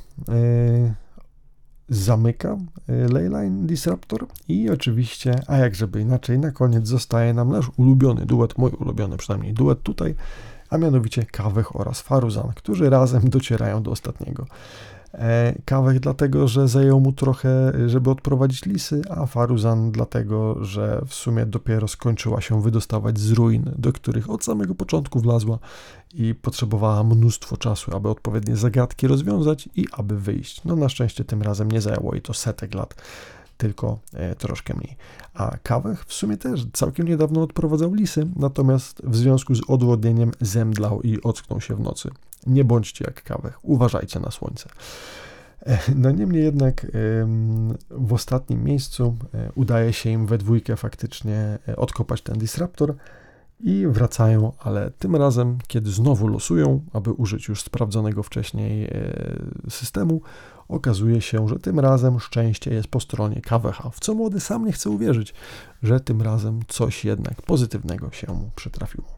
Speaker 1: zamyka Leyline Disruptor i oczywiście, a jak żeby inaczej, na koniec zostaje nam nasz ulubiony duet, mój ulubiony przynajmniej duet tutaj, a mianowicie Kaweh oraz Faruzan, którzy razem docierają do ostatniego. Kaweh dlatego, że zajęło mu trochę, żeby odprowadzić lisy, a Faruzan dlatego, że w sumie dopiero skończyła się wydostawać z ruin, do których od samego początku wlazła i potrzebowała mnóstwo czasu, aby odpowiednie zagadki rozwiązać i aby wyjść. No na szczęście tym razem nie zajęło jej to setek lat, tylko e, troszkę mniej. A Kaweh w sumie też całkiem niedawno odprowadzał lisy, natomiast w związku z odwodnieniem zemdlał i ocknął się w nocy. Nie bądźcie jak Kaweh, uważajcie na słońce. No niemniej jednak w ostatnim miejscu udaje się im we dwójkę faktycznie odkopać ten Disruptor i wracają, ale tym razem, kiedy znowu losują, aby użyć już sprawdzonego wcześniej systemu, okazuje się, że tym razem szczęście jest po stronie Kaweha, w co młody sam nie chce uwierzyć, że tym razem coś jednak pozytywnego się mu przytrafiło.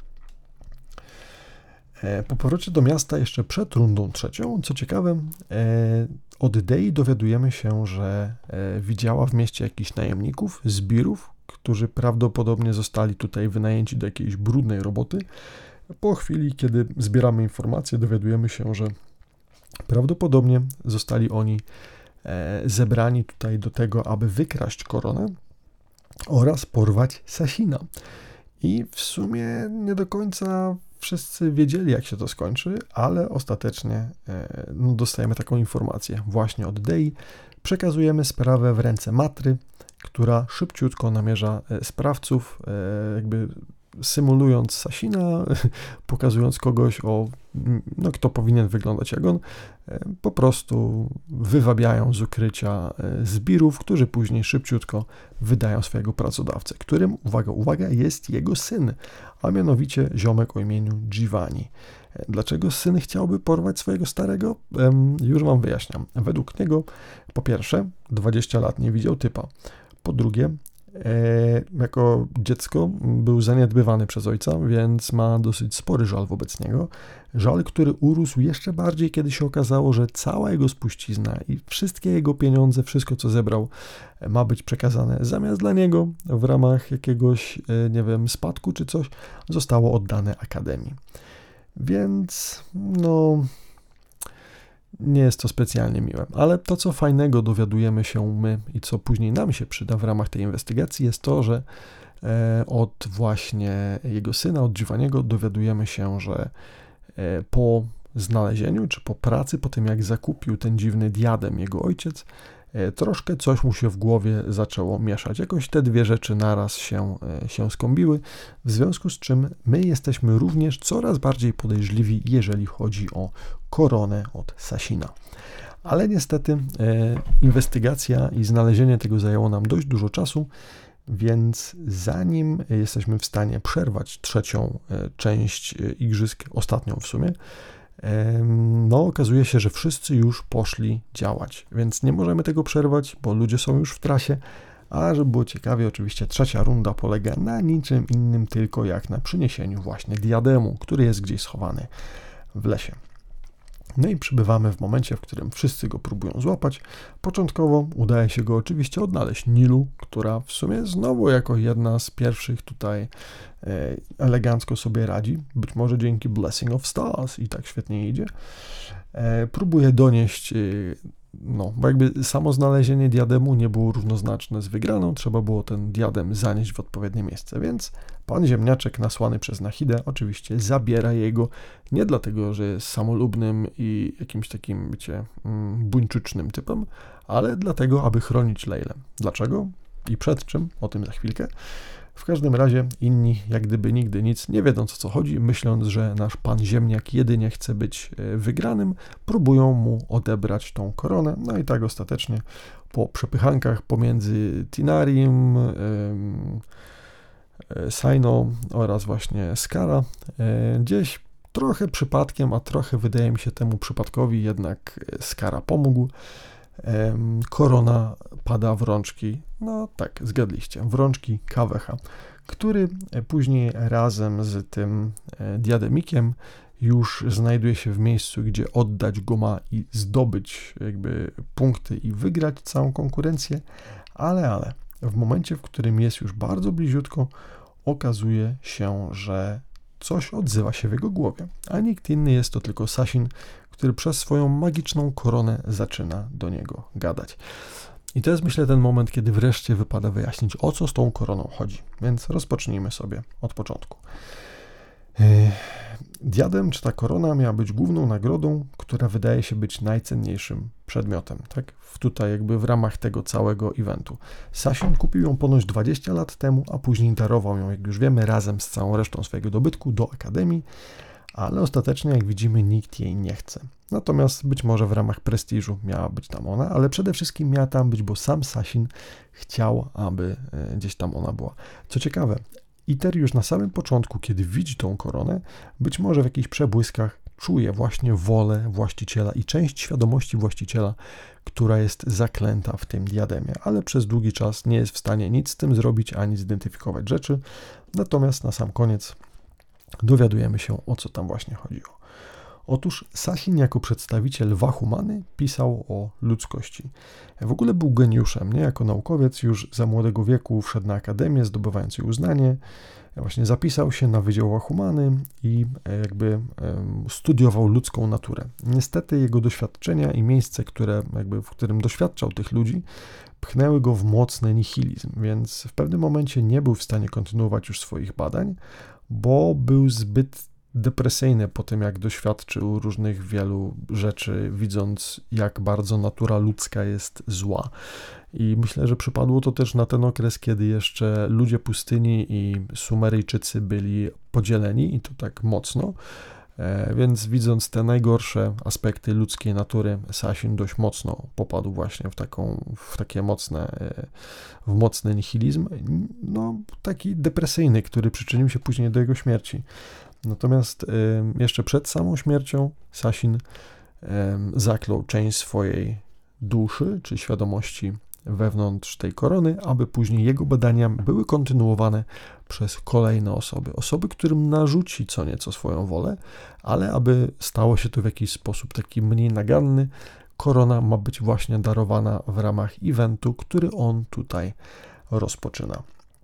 Speaker 1: Po powrocie do miasta jeszcze przed rundą trzecią, co ciekawe, od Dei dowiadujemy się, że widziała w mieście jakichś najemników, zbirów, którzy prawdopodobnie zostali tutaj wynajęci do jakiejś brudnej roboty. Po chwili, kiedy zbieramy informacje, dowiadujemy się, że prawdopodobnie zostali oni zebrani tutaj do tego, aby wykraść koronę oraz porwać Sasina. I w sumie nie do końca wszyscy wiedzieli, jak się to skończy, ale ostatecznie no, dostajemy taką informację właśnie od Dei. Przekazujemy sprawę w ręce Matry, która szybciutko namierza sprawców, jakby symulując Sasina, pokazując kogoś, o, no, kto powinien wyglądać jak on, po prostu wywabiają z ukrycia zbirów, którzy później szybciutko wydają swojego pracodawcę, którym, uwaga, uwaga, jest jego syn, a mianowicie ziomek o imieniu Giovanni. Dlaczego syn chciałby porwać swojego starego? Już wam wyjaśniam. Według niego, po pierwsze, dwadzieścia lat nie widział typa. Po drugie, E, jako dziecko był zaniedbywany przez ojca, więc ma dosyć spory żal wobec niego. Żal, który urósł jeszcze bardziej, kiedy się okazało, że cała jego spuścizna i wszystkie jego pieniądze, wszystko co zebrał, ma być przekazane zamiast dla niego w ramach jakiegoś, nie wiem, spadku czy coś, zostało oddane Akademii. Więc no... nie jest to specjalnie miłe, ale to, co fajnego dowiadujemy się my i co później nam się przyda w ramach tej inwestygacji, jest to, że od właśnie jego syna, od Giovanniego dowiadujemy się, że po znalezieniu, czy po pracy, po tym jak zakupił ten dziwny diadem jego ojciec, troszkę coś mu się w głowie zaczęło mieszać. Jakoś te dwie rzeczy naraz się, się skąbiły, w związku z czym my jesteśmy również coraz bardziej podejrzliwi, jeżeli chodzi o koronę od Sasina. Ale niestety e, inwestygacja i znalezienie tego zajęło nam dość dużo czasu, więc zanim jesteśmy w stanie przerwać trzecią e, część e, igrzysk, ostatnią w sumie, no okazuje się, że wszyscy już poszli działać, więc nie możemy tego przerwać, bo ludzie są już w trasie, a żeby było ciekawie, oczywiście trzecia runda polega na niczym innym, tylko jak na przyniesieniu właśnie diademu, który jest gdzieś schowany w lesie. No i przybywamy w momencie, w którym wszyscy go próbują złapać. Początkowo udaje się go oczywiście odnaleźć Nilu, która w sumie znowu jako jedna z pierwszych tutaj e, elegancko sobie radzi. Być może dzięki Blessing of Stars i tak świetnie idzie. E, próbuje donieść, e, no bo jakby samo znalezienie diademu nie było równoznaczne z wygraną, trzeba było ten diadem zanieść w odpowiednie miejsce, więc pan ziemniaczek nasłany przez Nahidę oczywiście zabiera jego, nie dlatego, że jest samolubnym i jakimś takim, wiecie, buńczycznym typem, ale dlatego, aby chronić Leylę. Dlaczego i przed czym? O tym za chwilkę. W każdym razie inni, jak gdyby nigdy nic, nie wiedząc o co chodzi, myśląc, że nasz pan ziemniak jedynie chce być wygranym, próbują mu odebrać tą koronę. No i tak ostatecznie po przepychankach pomiędzy Tinarim, Saino oraz właśnie Skara, gdzieś trochę przypadkiem, a trochę wydaje mi się temu przypadkowi jednak Skara pomógł. Korona pada w rączki, no tak, zgadliście, w rączki Kawecha, który później razem z tym diademikiem już znajduje się w miejscu, gdzie oddać go ma i zdobyć jakby punkty i wygrać całą konkurencję, ale, ale w momencie, w którym jest już bardzo bliziutko, okazuje się, że coś odzywa się w jego głowie, a nikt inny jest to tylko Sasin, który przez swoją magiczną koronę zaczyna do niego gadać. I to jest, myślę, ten moment, kiedy wreszcie wypada wyjaśnić, o co z tą koroną chodzi. Więc rozpocznijmy sobie od początku. Diadem, czy ta korona, miała być główną nagrodą, która wydaje się być najcenniejszym przedmiotem, tak? W tutaj jakby w ramach tego całego eventu. Sasin kupił ją ponoć dwadzieścia lat temu, a później darował ją, jak już wiemy, razem z całą resztą swojego dobytku do Akademii, ale ostatecznie, jak widzimy, nikt jej nie chce. Natomiast być może w ramach prestiżu miała być tam ona, ale przede wszystkim miała tam być, bo sam Sasin chciał, aby gdzieś tam ona była. Co ciekawe, Iter już na samym początku, kiedy widzi tą koronę, być może w jakichś przebłyskach czuje właśnie wolę właściciela i część świadomości właściciela, która jest zaklęta w tym diademie, ale przez długi czas nie jest w stanie nic z tym zrobić, ani zidentyfikować rzeczy. Natomiast na sam koniec dowiadujemy się, o co tam właśnie chodziło. Otóż Sasin jako przedstawiciel Wahumany pisał o ludzkości. W ogóle był geniuszem, nie? Jako naukowiec już za młodego wieku wszedł na akademię, zdobywając jej uznanie. Właśnie zapisał się na Wydział Wahumany i jakby studiował ludzką naturę. Niestety jego doświadczenia i miejsce, które jakby, w którym doświadczał tych ludzi, pchnęły go w mocny nihilizm, więc w pewnym momencie nie był w stanie kontynuować już swoich badań, bo był zbyt depresyjny po tym, jak doświadczył różnych wielu rzeczy, widząc, jak bardzo natura ludzka jest zła. I myślę, że przypadło to też na ten okres, kiedy jeszcze ludzie pustyni i Sumeryjczycy byli podzieleni i to tak mocno. Więc widząc te najgorsze aspekty ludzkiej natury, Sasin dość mocno popadł właśnie w taką, w takie mocne, w mocny nihilizm, no taki depresyjny, który przyczynił się później do jego śmierci. Natomiast jeszcze przed samą śmiercią Sasin zaklął część swojej duszy, czy świadomości wewnątrz tej korony, aby później jego badania były kontynuowane przez kolejne osoby. Osoby, którym narzuci co nieco swoją wolę, ale aby stało się to w jakiś sposób taki mniej naganny, korona ma być właśnie darowana w ramach eventu, który on tutaj rozpoczyna.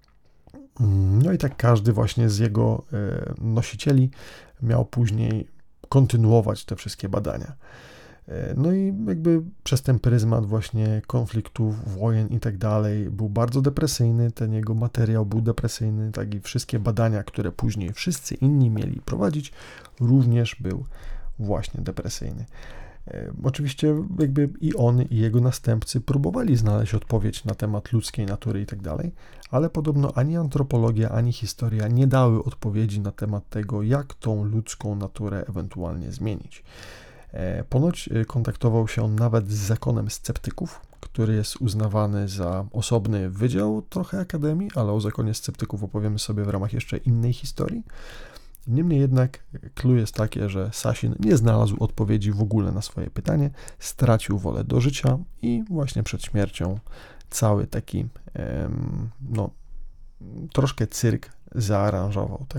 Speaker 1: No i tak każdy właśnie z jego nosicieli miał później kontynuować te wszystkie badania. No i jakby przez ten pryzmat właśnie konfliktów, wojen i tak dalej był bardzo depresyjny, ten jego materiał był depresyjny, tak i wszystkie badania, które później wszyscy inni mieli prowadzić, również był właśnie depresyjny. Oczywiście jakby i on, i jego następcy próbowali znaleźć odpowiedź na temat ludzkiej natury i tak dalej, ale podobno ani antropologia, ani historia nie dały odpowiedzi na temat tego, jak tą ludzką naturę ewentualnie zmienić. Ponoć kontaktował się on nawet z zakonem sceptyków, który jest uznawany za osobny wydział trochę akademii, ale o zakonie sceptyków opowiemy sobie w ramach jeszcze innej historii. Niemniej jednak clue jest takie, że Sasin nie znalazł odpowiedzi w ogóle na swoje pytanie, stracił wolę do życia i właśnie przed śmiercią cały taki no, troszkę cyrk zaaranżował, tak?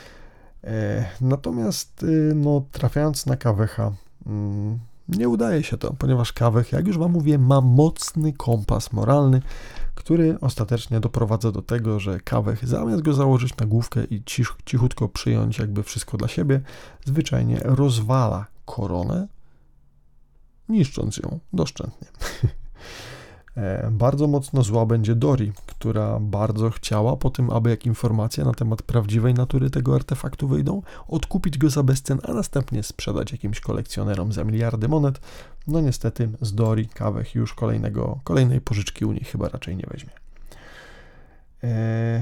Speaker 1: Natomiast no, trafiając na Kawecha, nie udaje się to, ponieważ Kawech, jak już wam mówię, ma mocny kompas moralny, który ostatecznie doprowadza do tego, że Kawech, zamiast go założyć na główkę i cich, cichutko przyjąć jakby wszystko dla siebie, zwyczajnie rozwala koronę, niszcząc ją doszczętnie. Bardzo mocno zła będzie Dori, która bardzo chciała po tym, aby jak informacje na temat prawdziwej natury tego artefaktu wyjdą, odkupić go za bezcen, a następnie sprzedać jakimś kolekcjonerom za miliardy monet. No niestety z Dori Kawech już kolejnego, kolejnej pożyczki u niej chyba raczej nie weźmie. Eee,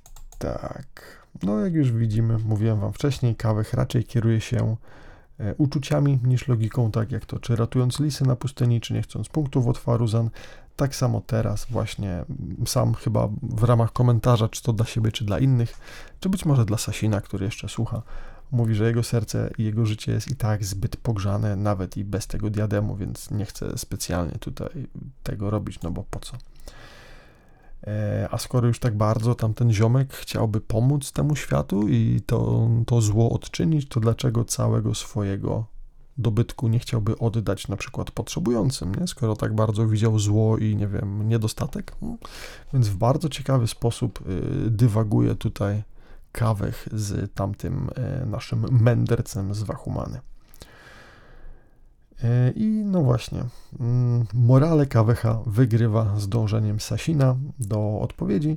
Speaker 1: tak, no jak już widzimy, mówiłem wam wcześniej, Kawech raczej kieruje się uczuciami niż logiką, tak jak to, czy ratując lisy na pustyni, czy nie chcąc punktów od Faruzan. Tak samo teraz właśnie sam chyba w ramach komentarza, czy to dla siebie, czy dla innych, czy być może dla Sasina, który jeszcze słucha, Mówi, że jego serce i jego życie jest i tak zbyt pogrzane, nawet i bez tego diademu, więc nie chce specjalnie tutaj tego robić, no bo po co? A skoro już tak bardzo tamten ziomek chciałby pomóc temu światu i to, to zło odczynić, to dlaczego całego swojego dobytku nie chciałby oddać na przykład potrzebującym, nie? Skoro tak bardzo widział zło i, nie wiem, niedostatek? No. Więc w bardzo ciekawy sposób dywaguje tutaj Kaweh z tamtym naszym mędrcem z Wahumany. I no właśnie, morale Kaweha wygrywa z dążeniem Sasina do odpowiedzi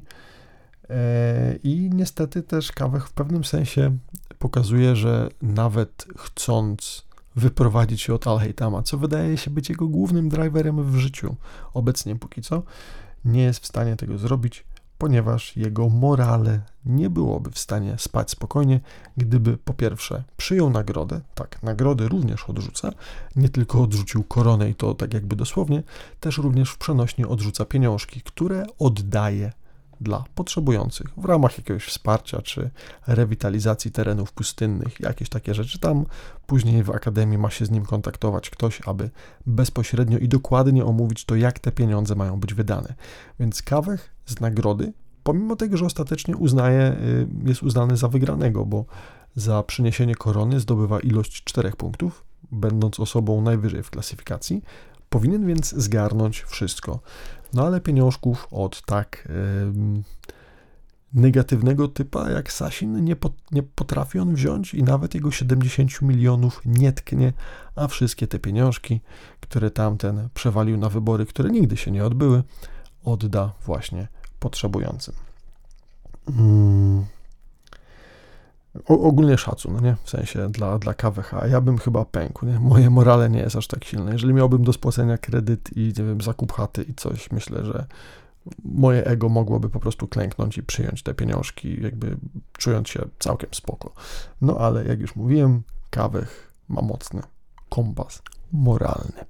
Speaker 1: i niestety też Kaweh w pewnym sensie pokazuje, że nawet chcąc wyprowadzić się od Al-Haytama, co wydaje się być jego głównym driverem w życiu obecnie póki co, nie jest w stanie tego zrobić, ponieważ jego morale nie byłoby w stanie spać spokojnie, gdyby po pierwsze przyjął nagrodę, tak, nagrody również odrzuca, nie tylko odrzucił koronę i to tak jakby dosłownie, też również w przenośni odrzuca pieniążki, które oddaje dla potrzebujących w ramach jakiegoś wsparcia czy rewitalizacji terenów pustynnych, jakieś takie rzeczy tam. Później w akademii ma się z nim kontaktować ktoś, aby bezpośrednio i dokładnie omówić to, jak te pieniądze mają być wydane. Więc Kaweh z nagrody, pomimo tego, że ostatecznie uznaje, jest uznany za wygranego, bo za przyniesienie korony zdobywa ilość czterech punktów, będąc osobą najwyżej w klasyfikacji, powinien więc zgarnąć wszystko. No ale pieniążków od tak yy, negatywnego typa jak Sasin nie, po, nie potrafi on wziąć i nawet jego siedemdziesiąt milionów nie tknie, a wszystkie te pieniążki, które tamten przewalił na wybory, które nigdy się nie odbyły, odda właśnie potrzebującym. Hmm. O, ogólnie szacun, no nie? W sensie dla, dla Kaweha. Ja bym chyba pękł, nie? Moje morale nie jest aż tak silne. Jeżeli miałbym do spłacenia kredyt i, nie wiem, zakup chaty i coś, myślę, że moje ego mogłoby po prostu klęknąć i przyjąć te pieniążki, jakby czując się całkiem spoko. No ale jak już mówiłem, Kaweh ma mocny kompas moralny.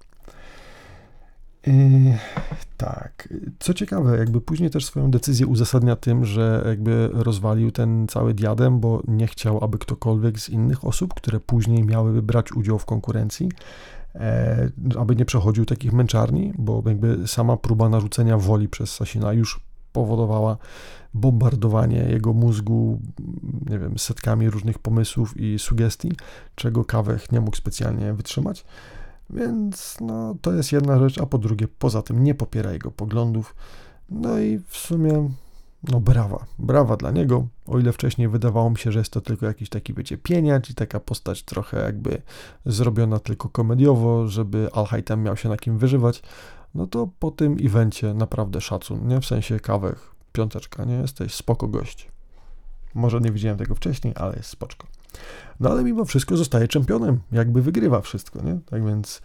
Speaker 1: Yy, tak, co ciekawe, jakby później też swoją decyzję uzasadnia tym, że jakby rozwalił ten cały diadem, bo nie chciał, aby ktokolwiek z innych osób, które później miałyby brać udział w konkurencji, e, aby nie przechodził takich męczarni, bo jakby sama próba narzucenia woli przez Sasina już powodowała bombardowanie jego mózgu, nie wiem, setkami różnych pomysłów i sugestii, czego Kaweh nie mógł specjalnie wytrzymać. Więc no, to jest jedna rzecz, a po drugie, poza tym nie popiera jego poglądów. No i w sumie, no brawa, brawa dla niego. O ile wcześniej wydawało mi się, że jest to tylko jakiś taki, wiecie, pieniacz i taka postać trochę jakby zrobiona tylko komediowo, żeby Al-Haytam miał się na kim wyżywać, no to po tym evencie naprawdę szacun, nie? W sensie Kaweh, piąteczka, nie? Jesteś spoko gość. Może nie widziałem tego wcześniej, ale jest spoczko. No ale mimo wszystko zostaje czempionem, jakby wygrywa wszystko, nie? Tak więc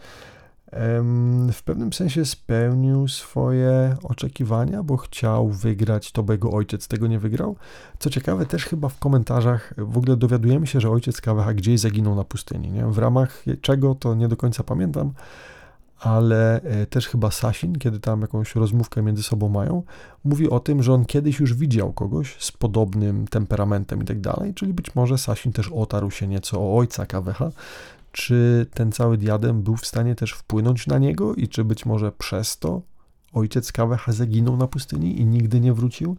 Speaker 1: em, w pewnym sensie spełnił swoje oczekiwania, bo chciał wygrać to, bo jego ojciec tego nie wygrał. Co ciekawe, też chyba w komentarzach w ogóle dowiadujemy się, że ojciec Kaweha gdzieś zaginął na pustyni, nie? W ramach czego, to nie do końca pamiętam, ale też chyba Sasin, kiedy tam jakąś rozmówkę między sobą mają, mówi o tym, że on kiedyś już widział kogoś z podobnym temperamentem i tak dalej, czyli być może Sasin też otarł się nieco o ojca Kaweha. Czy ten cały diadem był w stanie też wpłynąć na niego i czy być może przez to ojciec Kaweha zaginął na pustyni i nigdy nie wrócił?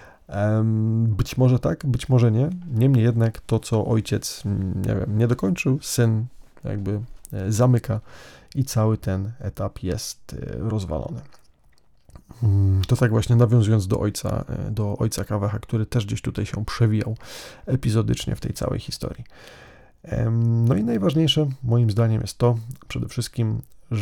Speaker 1: Być może tak, być może nie. Niemniej jednak to, co ojciec, nie wiem, nie dokończył, syn jakby zamyka i cały ten etap jest rozwalony. To tak właśnie nawiązując do ojca, do ojca Kaweha, który też gdzieś tutaj się przewijał epizodycznie w tej całej historii. No i najważniejsze moim zdaniem jest to przede wszystkim,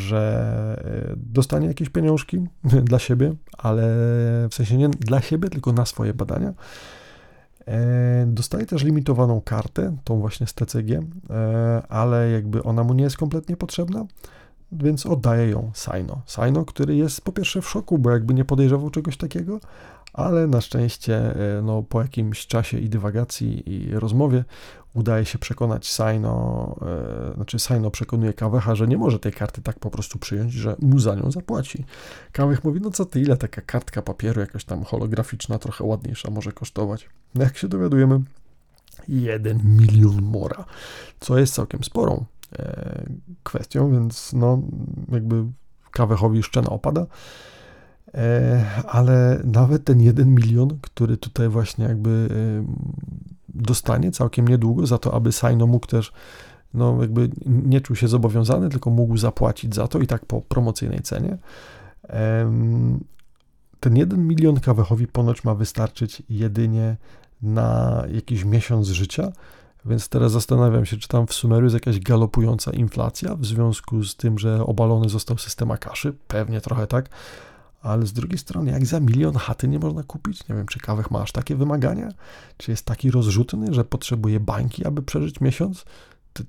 Speaker 1: że dostanie jakieś pieniążki dla siebie, ale w sensie nie dla siebie, tylko na swoje badania. Dostaje też limitowaną kartę, tą właśnie z T C G, ale jakby ona mu nie jest kompletnie potrzebna, więc oddaje ją Saino. Saino, który jest po pierwsze w szoku, bo jakby nie podejrzewał czegoś takiego, ale na szczęście no, po jakimś czasie i dywagacji i rozmowie udaje się przekonać Saino, e, znaczy Saino przekonuje Kaweha, że nie może tej karty tak po prostu przyjąć, że mu za nią zapłaci. Kaweh mówi, no co ty, ile taka kartka papieru, jakaś tam holograficzna, trochę ładniejsza może kosztować. No jak się dowiadujemy, jeden milion mora, co jest całkiem sporą e, kwestią, więc no jakby Kawechowi szczena opada, e, ale nawet ten jeden milion, który tutaj właśnie jakby e, dostanie całkiem niedługo za to, aby Sino mógł też no jakby nie czuł się zobowiązany, tylko mógł zapłacić za to i tak po promocyjnej cenie. E, ten jeden milion Kawechowi ponoć ma wystarczyć jedynie na jakiś miesiąc życia, więc teraz zastanawiam się, czy tam w Sumeru jest jakaś galopująca inflacja w związku z tym, że obalony został system Akaszy, pewnie trochę tak, ale z drugiej strony, jak za milion chaty nie można kupić? Nie wiem, czy Kawech ma aż takie wymagania? Czy jest taki rozrzutny, że potrzebuje bańki, aby przeżyć miesiąc? To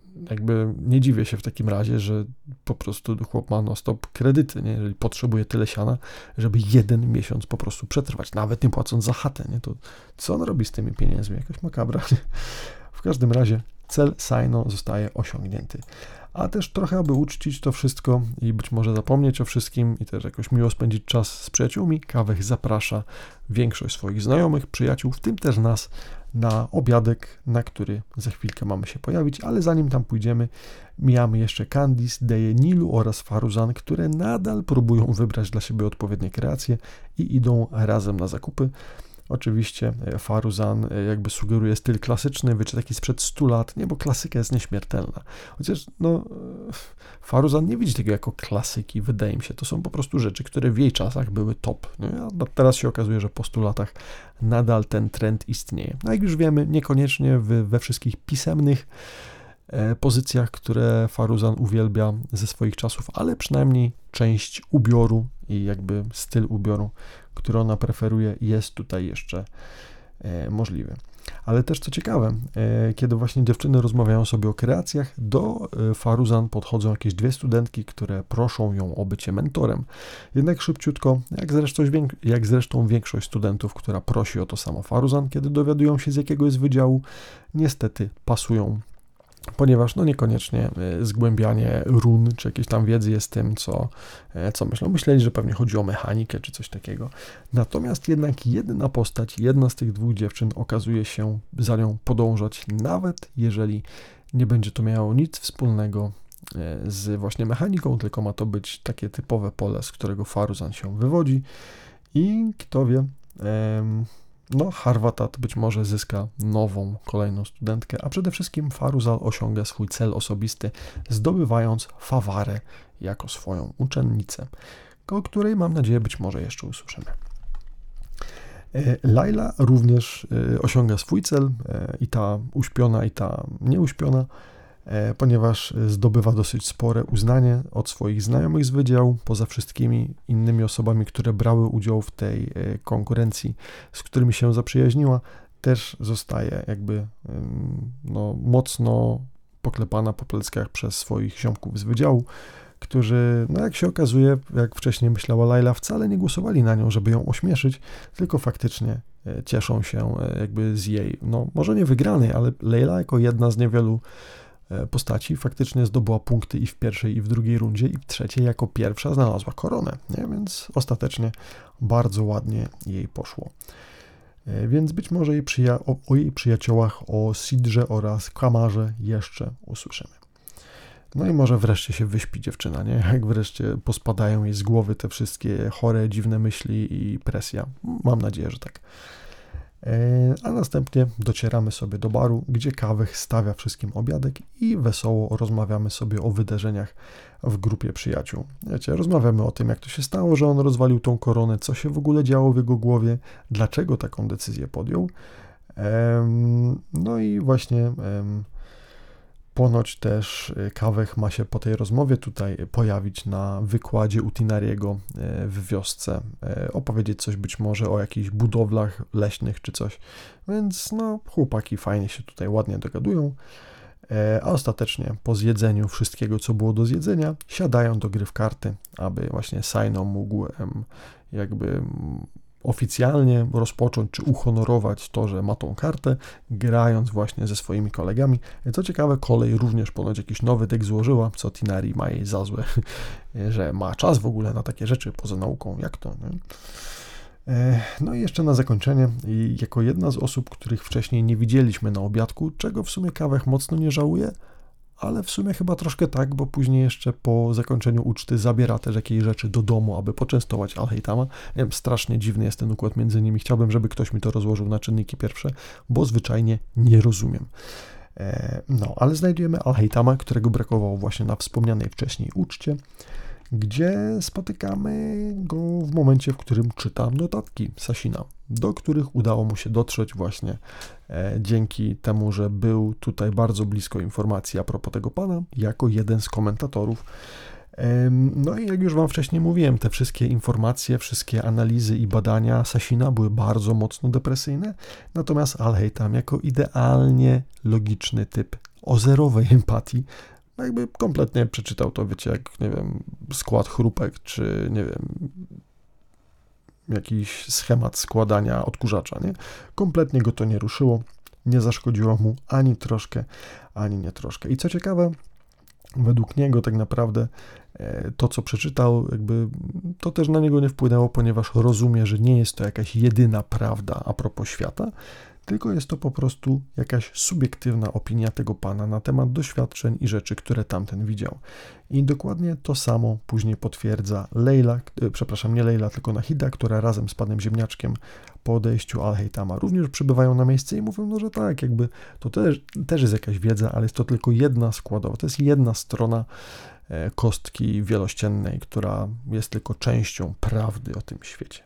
Speaker 1: jakby nie dziwię się w takim razie, że po prostu chłop ma non-stop kredyty, nie? Jeżeli potrzebuje tyle siana, żeby jeden miesiąc po prostu przetrwać, nawet nie płacąc za chatę, nie? To co on robi z tymi pieniędzmi? Jakaś makabra. Nie? W każdym razie cel Sino zostaje osiągnięty. A też trochę, aby uczcić to wszystko i być może zapomnieć o wszystkim i też jakoś miło spędzić czas z przyjaciółmi, Kawech zaprasza większość swoich znajomych, przyjaciół, w tym też nas, na obiadek, na który za chwilkę mamy się pojawić, ale zanim tam pójdziemy, mijamy jeszcze Candice, Deję, Nilu oraz Faruzan, które nadal próbują wybrać dla siebie odpowiednie kreacje i idą razem na zakupy. Oczywiście Faruzan jakby sugeruje styl klasyczny, wiecie, taki sprzed stu lat, nie, bo klasyka jest nieśmiertelna. Chociaż, no, Faruzan nie widzi tego jako klasyki, wydaje mi się, to są po prostu rzeczy, które w jej czasach były top. Nie? A teraz się okazuje, że po stu latach nadal ten trend istnieje. No jak już wiemy, niekoniecznie w, we wszystkich pisemnych e, pozycjach, które Faruzan uwielbia ze swoich czasów, ale przynajmniej część ubioru i jakby styl ubioru, który ona preferuje, jest tutaj jeszcze e, możliwy. Ale też co ciekawe, e, kiedy właśnie dziewczyny rozmawiają sobie o kreacjach, do e, Faruzan podchodzą jakieś dwie studentki, które proszą ją o bycie mentorem. Jednak szybciutko, jak zresztą, jak zresztą większość studentów, która prosi o to samo Faruzan, kiedy dowiadują się z jakiego jest wydziału, niestety pasują, ponieważ no niekoniecznie zgłębianie run czy jakiejś tam wiedzy jest tym, co, co myślą. Myśleli, że pewnie chodzi o mechanikę czy coś takiego. Natomiast jednak jedna postać, jedna z tych dwóch dziewczyn okazuje się za nią podążać, nawet jeżeli nie będzie to miało nic wspólnego z właśnie mechaniką, tylko ma to być takie typowe pole, z którego Faruzan się wywodzi i kto wie, em, no, Harvatat być może zyska nową, kolejną studentkę, a przede wszystkim Faruzan osiąga swój cel osobisty, zdobywając Fawarę jako swoją uczennicę, o której mam nadzieję być może jeszcze usłyszymy. Layla również osiąga swój cel, i ta uśpiona, i ta nieuśpiona, ponieważ zdobywa dosyć spore uznanie od swoich znajomych z wydziału, poza wszystkimi innymi osobami, które brały udział w tej konkurencji, z którymi się zaprzyjaźniła, też zostaje jakby no, mocno poklepana po pleckach przez swoich ziomków z wydziału, którzy, no jak się okazuje, jak wcześniej myślała Layla, wcale nie głosowali na nią, żeby ją ośmieszyć, tylko faktycznie cieszą się jakby z jej, no może nie wygranej, ale Layla jako jedna z niewielu postaci faktycznie zdobyła punkty i w pierwszej, i w drugiej rundzie, i w trzeciej jako pierwsza znalazła koronę, nie? Więc ostatecznie bardzo ładnie jej poszło. Więc być może jej przyja- o, o jej przyjaciołach, o Sidrze oraz Kamarze jeszcze usłyszymy. No i może wreszcie się wyśpi dziewczyna, nie? Jak wreszcie pospadają jej z głowy te wszystkie chore, dziwne myśli i presja. Mam nadzieję, że tak. A następnie docieramy sobie do baru, gdzie Kawech stawia wszystkim obiadek i wesoło rozmawiamy sobie o wydarzeniach w grupie przyjaciół. Wiecie, rozmawiamy o tym, jak to się stało, że on rozwalił tą koronę, co się w ogóle działo w jego głowie, dlaczego taką decyzję podjął. No i właśnie ponoć też Kawech ma się po tej rozmowie tutaj pojawić na wykładzie u Tinariego w wiosce, opowiedzieć coś być może o jakichś budowlach leśnych czy coś, więc no chłopaki fajnie się tutaj ładnie dogadują, a ostatecznie po zjedzeniu wszystkiego, co było do zjedzenia, siadają do gry w karty, aby właśnie Sino mógł jakby oficjalnie rozpocząć czy uhonorować to, że ma tą kartę, grając właśnie ze swoimi kolegami. Co ciekawe, kolej również ponoć jakiś nowy deck złożyła, co Tinari ma jej za złe, że ma czas w ogóle na takie rzeczy poza nauką, jak to, nie? No i jeszcze na zakończenie, jako jedna z osób, których wcześniej nie widzieliśmy na obiadku, czego w sumie Kaweh mocno nie żałuje, ale w sumie chyba troszkę tak, bo później jeszcze po zakończeniu uczty zabiera też jakieś rzeczy do domu, aby poczęstować Al-Haytama. Nie wiem, strasznie dziwny jest ten układ między nimi. Chciałbym, żeby ktoś mi to rozłożył na czynniki pierwsze, bo zwyczajnie nie rozumiem. No, ale znajdujemy Al-Haytama, którego brakowało właśnie na wspomnianej wcześniej uczcie, gdzie spotykamy go w momencie, w którym czyta notatki Sasina, do których udało mu się dotrzeć właśnie e, dzięki temu, że był tutaj bardzo blisko informacji a propos tego pana, jako jeden z komentatorów. E, no i jak już wam wcześniej mówiłem, te wszystkie informacje, wszystkie analizy i badania Sasina były bardzo mocno depresyjne, natomiast Al-Haytam jako idealnie logiczny typ o zerowej empatii, jakby kompletnie przeczytał to, wiecie, jak, nie wiem, skład chrupek, czy, nie wiem, jakiś schemat składania odkurzacza, nie? Kompletnie go to nie ruszyło, nie zaszkodziło mu ani troszkę, ani nie troszkę. I co ciekawe, według niego tak naprawdę to, co przeczytał, jakby to też na niego nie wpłynęło, ponieważ rozumie, że nie jest to jakaś jedyna prawda a propos świata, tylko jest to po prostu jakaś subiektywna opinia tego pana na temat doświadczeń i rzeczy, które tamten widział. I dokładnie to samo później potwierdza Lejla, przepraszam, nie Lejla, tylko Nahida, która razem z panem Ziemniaczkiem po odejściu Al-Haytama również przybywają na miejsce i mówią, no, że tak, jakby to też, też jest jakaś wiedza, ale jest to tylko jedna składowa, to jest jedna strona kostki wielościennej, która jest tylko częścią prawdy o tym świecie.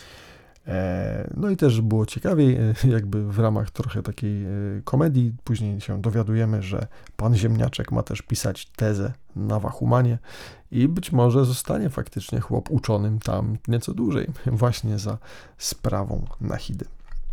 Speaker 1: No i też było ciekawiej, jakby w ramach trochę takiej komedii, później się dowiadujemy, że pan Ziemniaczek ma też pisać tezę na Wahumanie i być może zostanie faktycznie chłop uczonym tam nieco dłużej, właśnie za sprawą Nahidy.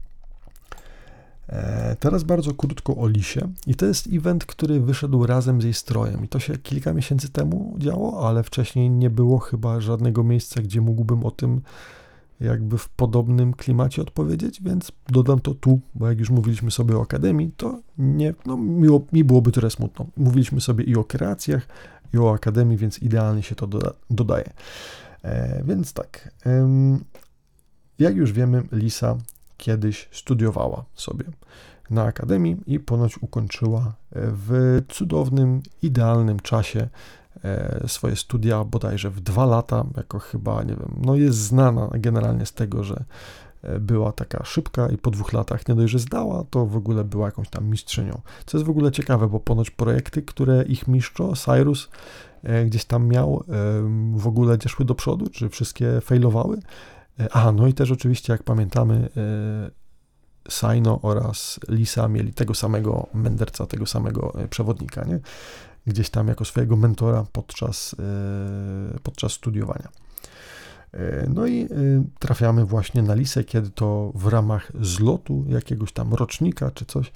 Speaker 1: Teraz bardzo krótko o Lisie i to jest event, który wyszedł razem z jej strojem i to się kilka miesięcy temu działo, ale wcześniej nie było chyba żadnego miejsca, gdzie mógłbym o tym jakby w podobnym klimacie odpowiedzieć, więc dodam to tu, bo jak już mówiliśmy sobie o Akademii, to nie, no miło, mi byłoby trochę smutno. Mówiliśmy sobie i o kreacjach, i o Akademii, więc idealnie się to doda, dodaje. E, więc tak, ym, jak już wiemy, Lisa kiedyś studiowała sobie na Akademii i ponoć ukończyła w cudownym, idealnym czasie swoje studia, bodajże w dwa lata, jako chyba, nie wiem, no jest znana generalnie z tego, że była taka szybka i po dwóch latach nie dość, że zdała, to w ogóle była jakąś tam mistrzynią. Co jest w ogóle ciekawe, bo ponoć projekty, które ich mistrzo, Cyrus, gdzieś tam miał, w ogóle nie szły do przodu, czy wszystkie failowały. Aha, no i też oczywiście, jak pamiętamy, Saino oraz Lisa mieli tego samego mędrca, tego samego przewodnika, nie? Gdzieś tam jako swojego mentora podczas, podczas studiowania. No i trafiamy właśnie na Lisę, kiedy to w ramach zlotu jakiegoś tam rocznika czy coś,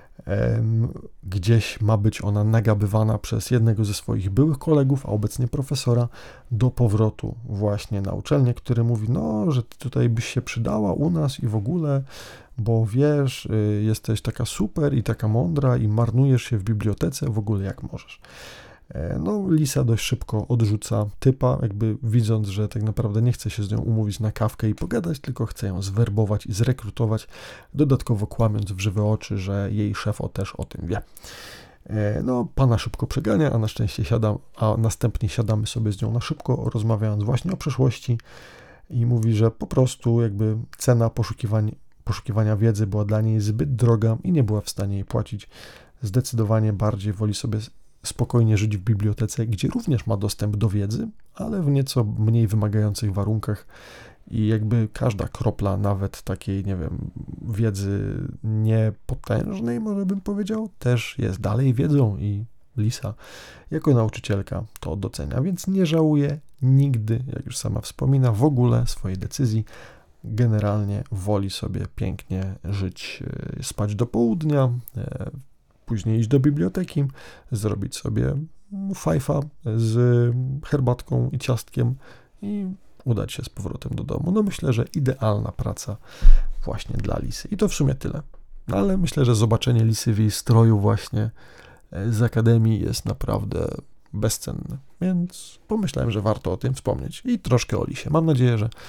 Speaker 1: gdzieś ma być ona nagabywana przez jednego ze swoich byłych kolegów, a obecnie profesora, do powrotu właśnie na uczelnię, który mówi, no, że ty tutaj byś się przydała u nas i w ogóle, bo wiesz, jesteś taka super i taka mądra i marnujesz się w bibliotece, w ogóle jak możesz. No, Lisa dość szybko odrzuca typa, jakby widząc, że tak naprawdę nie chce się z nią umówić na kawkę i pogadać, tylko chce ją zwerbować i zrekrutować, dodatkowo kłamiąc w żywe oczy, że jej szefo też o tym wie. No, pana szybko przegania, a na szczęście siadam, a następnie siadamy sobie z nią na szybko, rozmawiając właśnie o przeszłości i mówi, że po prostu jakby cena poszukiwań, poszukiwania wiedzy była dla niej zbyt droga i nie była w stanie jej płacić. Zdecydowanie bardziej woli sobie spokojnie żyć w bibliotece, gdzie również ma dostęp do wiedzy, ale w nieco mniej wymagających warunkach i jakby każda kropla, nawet takiej, nie wiem, wiedzy niepotężnej, może bym powiedział, też jest dalej wiedzą i Lisa jako nauczycielka to docenia, więc nie żałuje nigdy, jak już sama wspomina, w ogóle swojej decyzji. Generalnie woli sobie pięknie żyć, spać do południa, później iść do biblioteki, zrobić sobie fajfa z herbatką i ciastkiem i udać się z powrotem do domu. No myślę, że idealna praca właśnie dla Lisy. I to w sumie tyle. No ale myślę, że zobaczenie Lisy w jej stroju właśnie z Akademii jest naprawdę bezcenne. Więc pomyślałem, że warto o tym wspomnieć i troszkę o Lisie. Mam nadzieję, że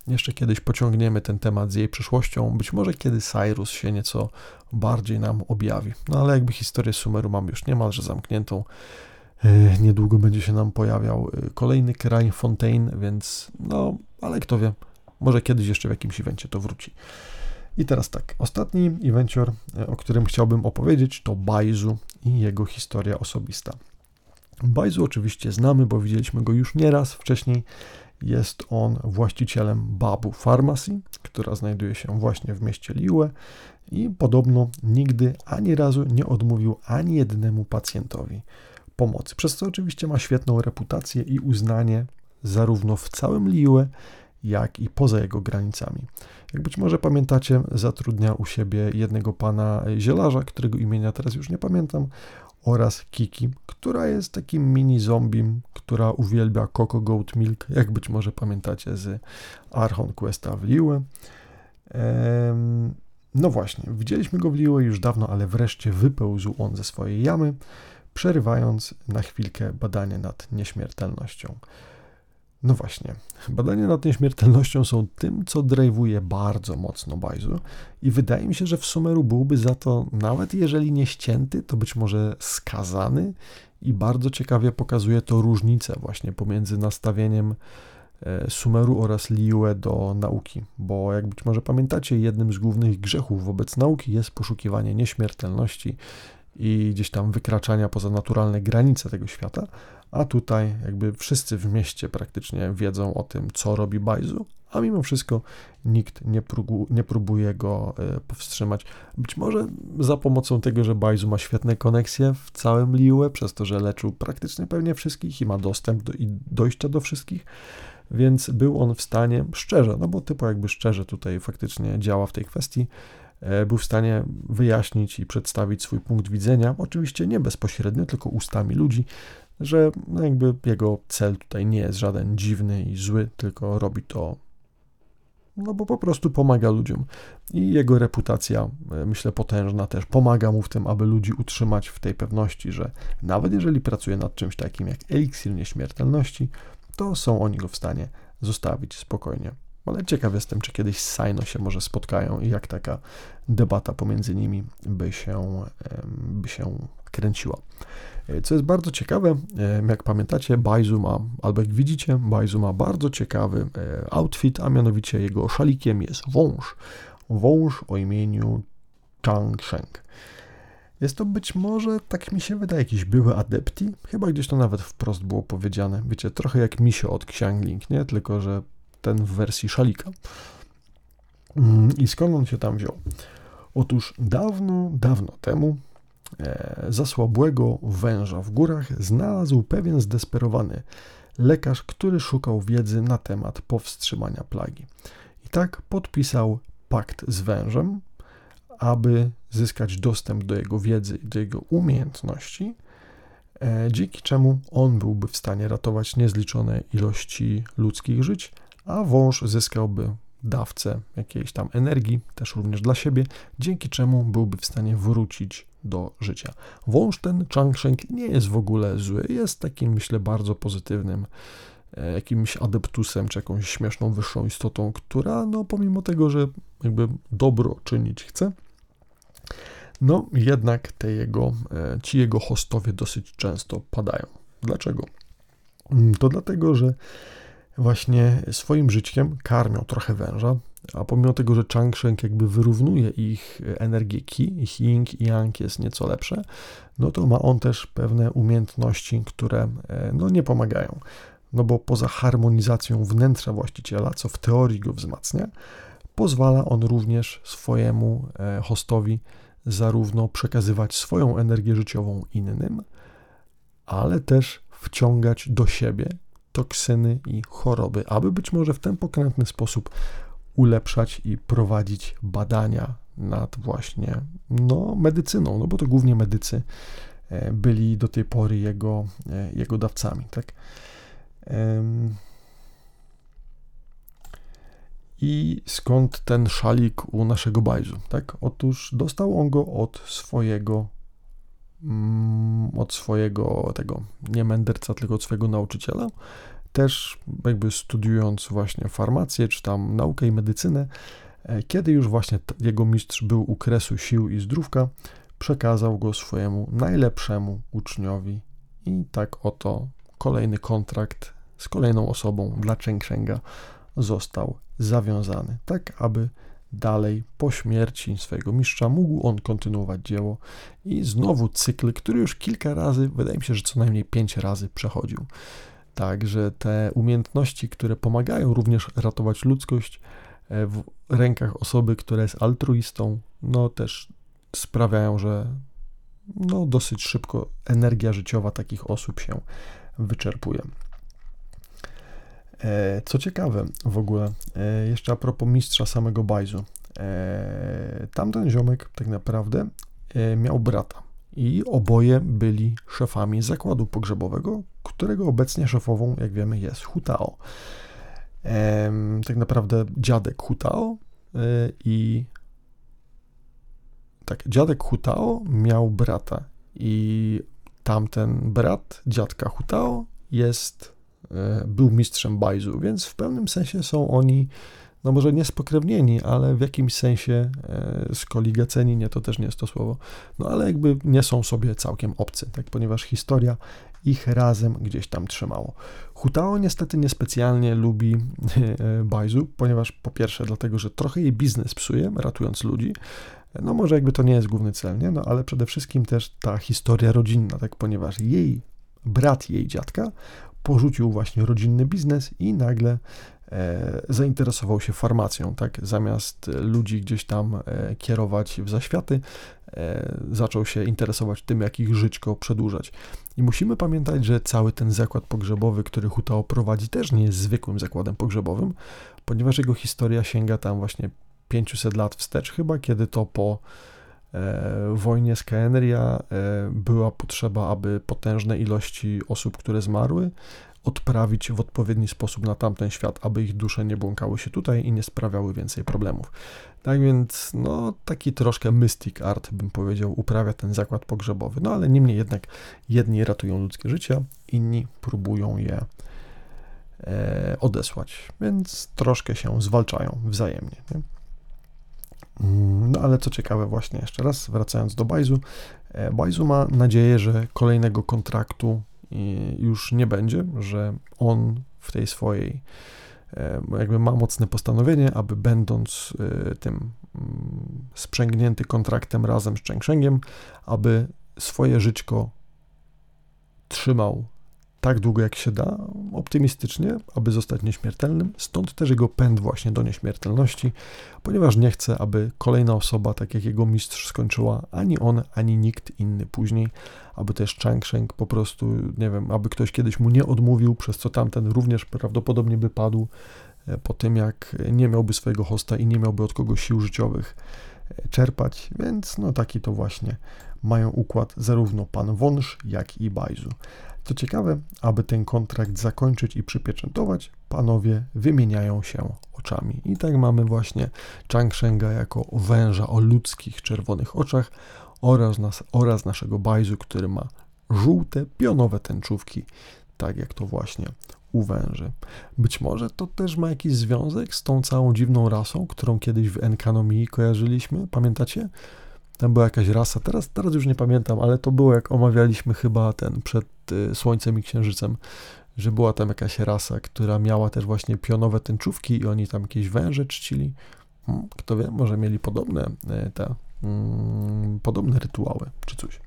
Speaker 1: jeszcze kiedyś pociągniemy ten temat z jej przyszłością, być może kiedy Cyrus się nieco bardziej nam objawi. No ale jakby historię Sumeru mamy już niemalże zamkniętą, niedługo będzie się nam pojawiał kolejny kraj Fontaine, więc no, ale kto wie, może kiedyś jeszcze w jakimś evencie to wróci. I teraz tak, ostatni evencior, o którym chciałbym opowiedzieć, to Baizu i jego historia osobista. Baizu oczywiście znamy, bo widzieliśmy go już nieraz wcześniej. Jest on właścicielem Babu Pharmacy, która znajduje się właśnie w mieście Liyue i podobno nigdy ani razu nie odmówił ani jednemu pacjentowi pomocy. Przez co oczywiście ma świetną reputację i uznanie zarówno w całym Liyue, jak i poza jego granicami. Jak być może pamiętacie, zatrudnia u siebie jednego pana zielarza, którego imienia teraz już nie pamiętam, oraz Kiki, która jest takim mini zombiem, która uwielbia Coco Goat Milk, jak być może pamiętacie z Archon Questa w Liyue. Ehm, no właśnie, widzieliśmy go w Liyue już dawno, ale wreszcie wypełzł on ze swojej jamy, przerywając na chwilkę badanie nad nieśmiertelnością. No właśnie, badania nad nieśmiertelnością są tym, co drive'uje bardzo mocno Baizu i wydaje mi się, że w Sumeru byłby za to, nawet jeżeli nie ścięty, to być może skazany i bardzo ciekawie pokazuje to różnicę właśnie pomiędzy nastawieniem Sumeru oraz Liyue do nauki, bo jak być może pamiętacie, jednym z głównych grzechów wobec nauki jest poszukiwanie nieśmiertelności i gdzieś tam wykraczania poza naturalne granice tego świata, a tutaj jakby wszyscy w mieście praktycznie wiedzą o tym, co robi Baizu, a mimo wszystko nikt nie, próbu, nie próbuje go powstrzymać. Być może za pomocą tego, że Baizu ma świetne koneksje w całym Liyue, przez to, że leczył praktycznie pewnie wszystkich i ma dostęp do, i dojścia do wszystkich, więc był on w stanie szczerze, no bo typu jakby szczerze tutaj faktycznie działa w tej kwestii, był w stanie wyjaśnić i przedstawić swój punkt widzenia, oczywiście nie bezpośrednio, tylko ustami ludzi, że no jakby jego cel tutaj nie jest żaden dziwny i zły, tylko robi to, no bo po prostu pomaga ludziom. I jego reputacja, myślę, potężna też pomaga mu w tym, aby ludzi utrzymać w tej pewności, że nawet jeżeli pracuje nad czymś takim jak eliksir nieśmiertelności, to są oni go w stanie zostawić spokojnie. Ale ciekaw jestem, czy kiedyś z Saino się może spotkają i jak taka debata pomiędzy nimi by się, by się kręciła. Co jest bardzo ciekawe, jak pamiętacie, Baizu ma, albo jak widzicie, Baizu ma bardzo ciekawy outfit, a mianowicie jego szalikiem jest wąż. Wąż o imieniu Changsheng. Jest to być może, tak mi się wydaje, jakiś były adepti, chyba gdzieś to nawet wprost było powiedziane. Wiecie, trochę jak misio od Xiangling, nie? Tylko że ten w wersji szalika. I skąd on się tam wziął? Otóż dawno, dawno temu e, zasłabłego węża w górach znalazł pewien zdesperowany lekarz, który szukał wiedzy na temat powstrzymania plagi. I tak podpisał pakt z wężem, aby zyskać dostęp do jego wiedzy i do jego umiejętności, e, dzięki czemu on byłby w stanie ratować niezliczone ilości ludzkich żyć, a wąż zyskałby dawcę jakiejś tam energii, też również dla siebie, dzięki czemu byłby w stanie wrócić do życia. Wąż ten, Changsheng, nie jest w ogóle zły, jest takim, myślę, bardzo pozytywnym e, jakimś adeptusem, czy jakąś śmieszną, wyższą istotą, która, no pomimo tego, że jakby dobro czynić chce, no jednak te jego, e, ci jego hostowie dosyć często padają. Dlaczego? To dlatego, że właśnie swoim życiem karmią trochę węża, a pomimo tego, że Changsheng jakby wyrównuje ich energię Ki, ich Yin i Yang jest nieco lepsze, no to ma on też pewne umiejętności, które no nie pomagają. No bo poza harmonizacją wnętrza właściciela, co w teorii go wzmacnia, pozwala on również swojemu hostowi zarówno przekazywać swoją energię życiową innym, ale też wciągać do siebie toksyny i choroby, aby być może w ten pokrętny sposób ulepszać i prowadzić badania nad właśnie no, medycyną, no bo to głównie medycy byli do tej pory jego, jego dawcami, tak? I skąd ten szalik u naszego Baizu, tak? Otóż dostał on go od swojego od swojego tego, nie mędrca, tylko od swojego nauczyciela, też jakby studiując właśnie farmację, czy tam naukę i medycynę, kiedy już właśnie jego mistrz był u kresu sił i zdrówka, przekazał go swojemu najlepszemu uczniowi i tak oto kolejny kontrakt z kolejną osobą dla Cheng Shenga został zawiązany, tak aby dalej po śmierci swojego mistrza mógł on kontynuować dzieło i znowu cykl, który już kilka razy, wydaje mi się, że co najmniej pięć razy przechodził. Także te umiejętności, które pomagają również ratować ludzkość w rękach osoby, która jest altruistą, no też sprawiają, że no dosyć szybko energia życiowa takich osób się wyczerpuje. Co ciekawe w ogóle, jeszcze a propos mistrza samego Baizu, tamten ziomek tak naprawdę miał brata i oboje byli szefami zakładu pogrzebowego, którego obecnie szefową, jak wiemy, jest Hu Tao. Tak naprawdę dziadek Hu Tao i tak, dziadek Hu Tao miał brata i tamten brat dziadka Hu Tao jest był mistrzem Baizu, więc w pewnym sensie są oni, no może nie spokrewnieni, ale w jakimś sensie skoligaceni, nie, to też nie jest to słowo, no ale jakby nie są sobie całkiem obcy, tak, ponieważ historia ich razem gdzieś tam trzymało. Hu Tao niestety niespecjalnie lubi Baizu, ponieważ po pierwsze dlatego, że trochę jej biznes psuje, ratując ludzi, no może jakby to nie jest główny cel, nie, no ale przede wszystkim też ta historia rodzinna, tak, ponieważ jej brat jej dziadka porzucił właśnie rodzinny biznes i nagle e, zainteresował się farmacją, tak, zamiast ludzi gdzieś tam e, kierować w zaświaty, e, zaczął się interesować tym, jak ich żyćko przedłużać. I musimy pamiętać, że cały ten zakład pogrzebowy, który Hu Tao prowadzi, też nie jest zwykłym zakładem pogrzebowym, ponieważ jego historia sięga tam właśnie pięćset lat wstecz chyba, kiedy to po e, wojnie z Khaenri'ah e, była potrzeba, aby potężne ilości osób, które zmarły, odprawić w odpowiedni sposób na tamten świat, aby ich dusze nie błąkały się tutaj i nie sprawiały więcej problemów. Tak więc, no, taki troszkę mystic art, bym powiedział, uprawia ten zakład pogrzebowy. No, ale niemniej jednak jedni ratują ludzkie życia, inni próbują je e, odesłać, więc troszkę się zwalczają wzajemnie, nie? No, ale co ciekawe, właśnie jeszcze raz, wracając do Baizu, e, Baizu ma nadzieję, że kolejnego kontraktu już nie będzie, że on w tej swojej jakby ma mocne postanowienie, aby będąc tym sprzęgnięty kontraktem razem z Cheng Shengiem, aby swoje żyćko trzymał tak długo jak się da, optymistycznie, aby zostać nieśmiertelnym, stąd też jego pęd właśnie do nieśmiertelności, ponieważ nie chce, aby kolejna osoba, tak jak jego mistrz, skończyła ani on, ani nikt inny później, aby też Cheng Sheng po prostu, nie wiem, aby ktoś kiedyś mu nie odmówił, przez co tamten również prawdopodobnie by padł po tym, jak nie miałby swojego hosta i nie miałby od kogo sił życiowych czerpać, więc no taki to właśnie mają układ zarówno pan Wąż, jak i Baizu. Co ciekawe, aby ten kontrakt zakończyć i przypieczętować, panowie wymieniają się oczami. I tak mamy właśnie Cheng Shenga jako węża o ludzkich czerwonych oczach oraz, nas, oraz naszego Baizu, który ma żółte, pionowe tęczówki, tak jak to właśnie u węży. Być może to też ma jakiś związek z tą całą dziwną rasą, którą kiedyś w Enkanomii kojarzyliśmy, pamiętacie? Tam była jakaś rasa, teraz, teraz już nie pamiętam, ale to było jak omawialiśmy chyba ten przed y, Słońcem i Księżycem, że była tam jakaś rasa, która miała też właśnie pionowe tęczówki i oni tam jakieś węże czcili. Hmm, kto wie, może mieli podobne y, te mm, podobne rytuały czy coś.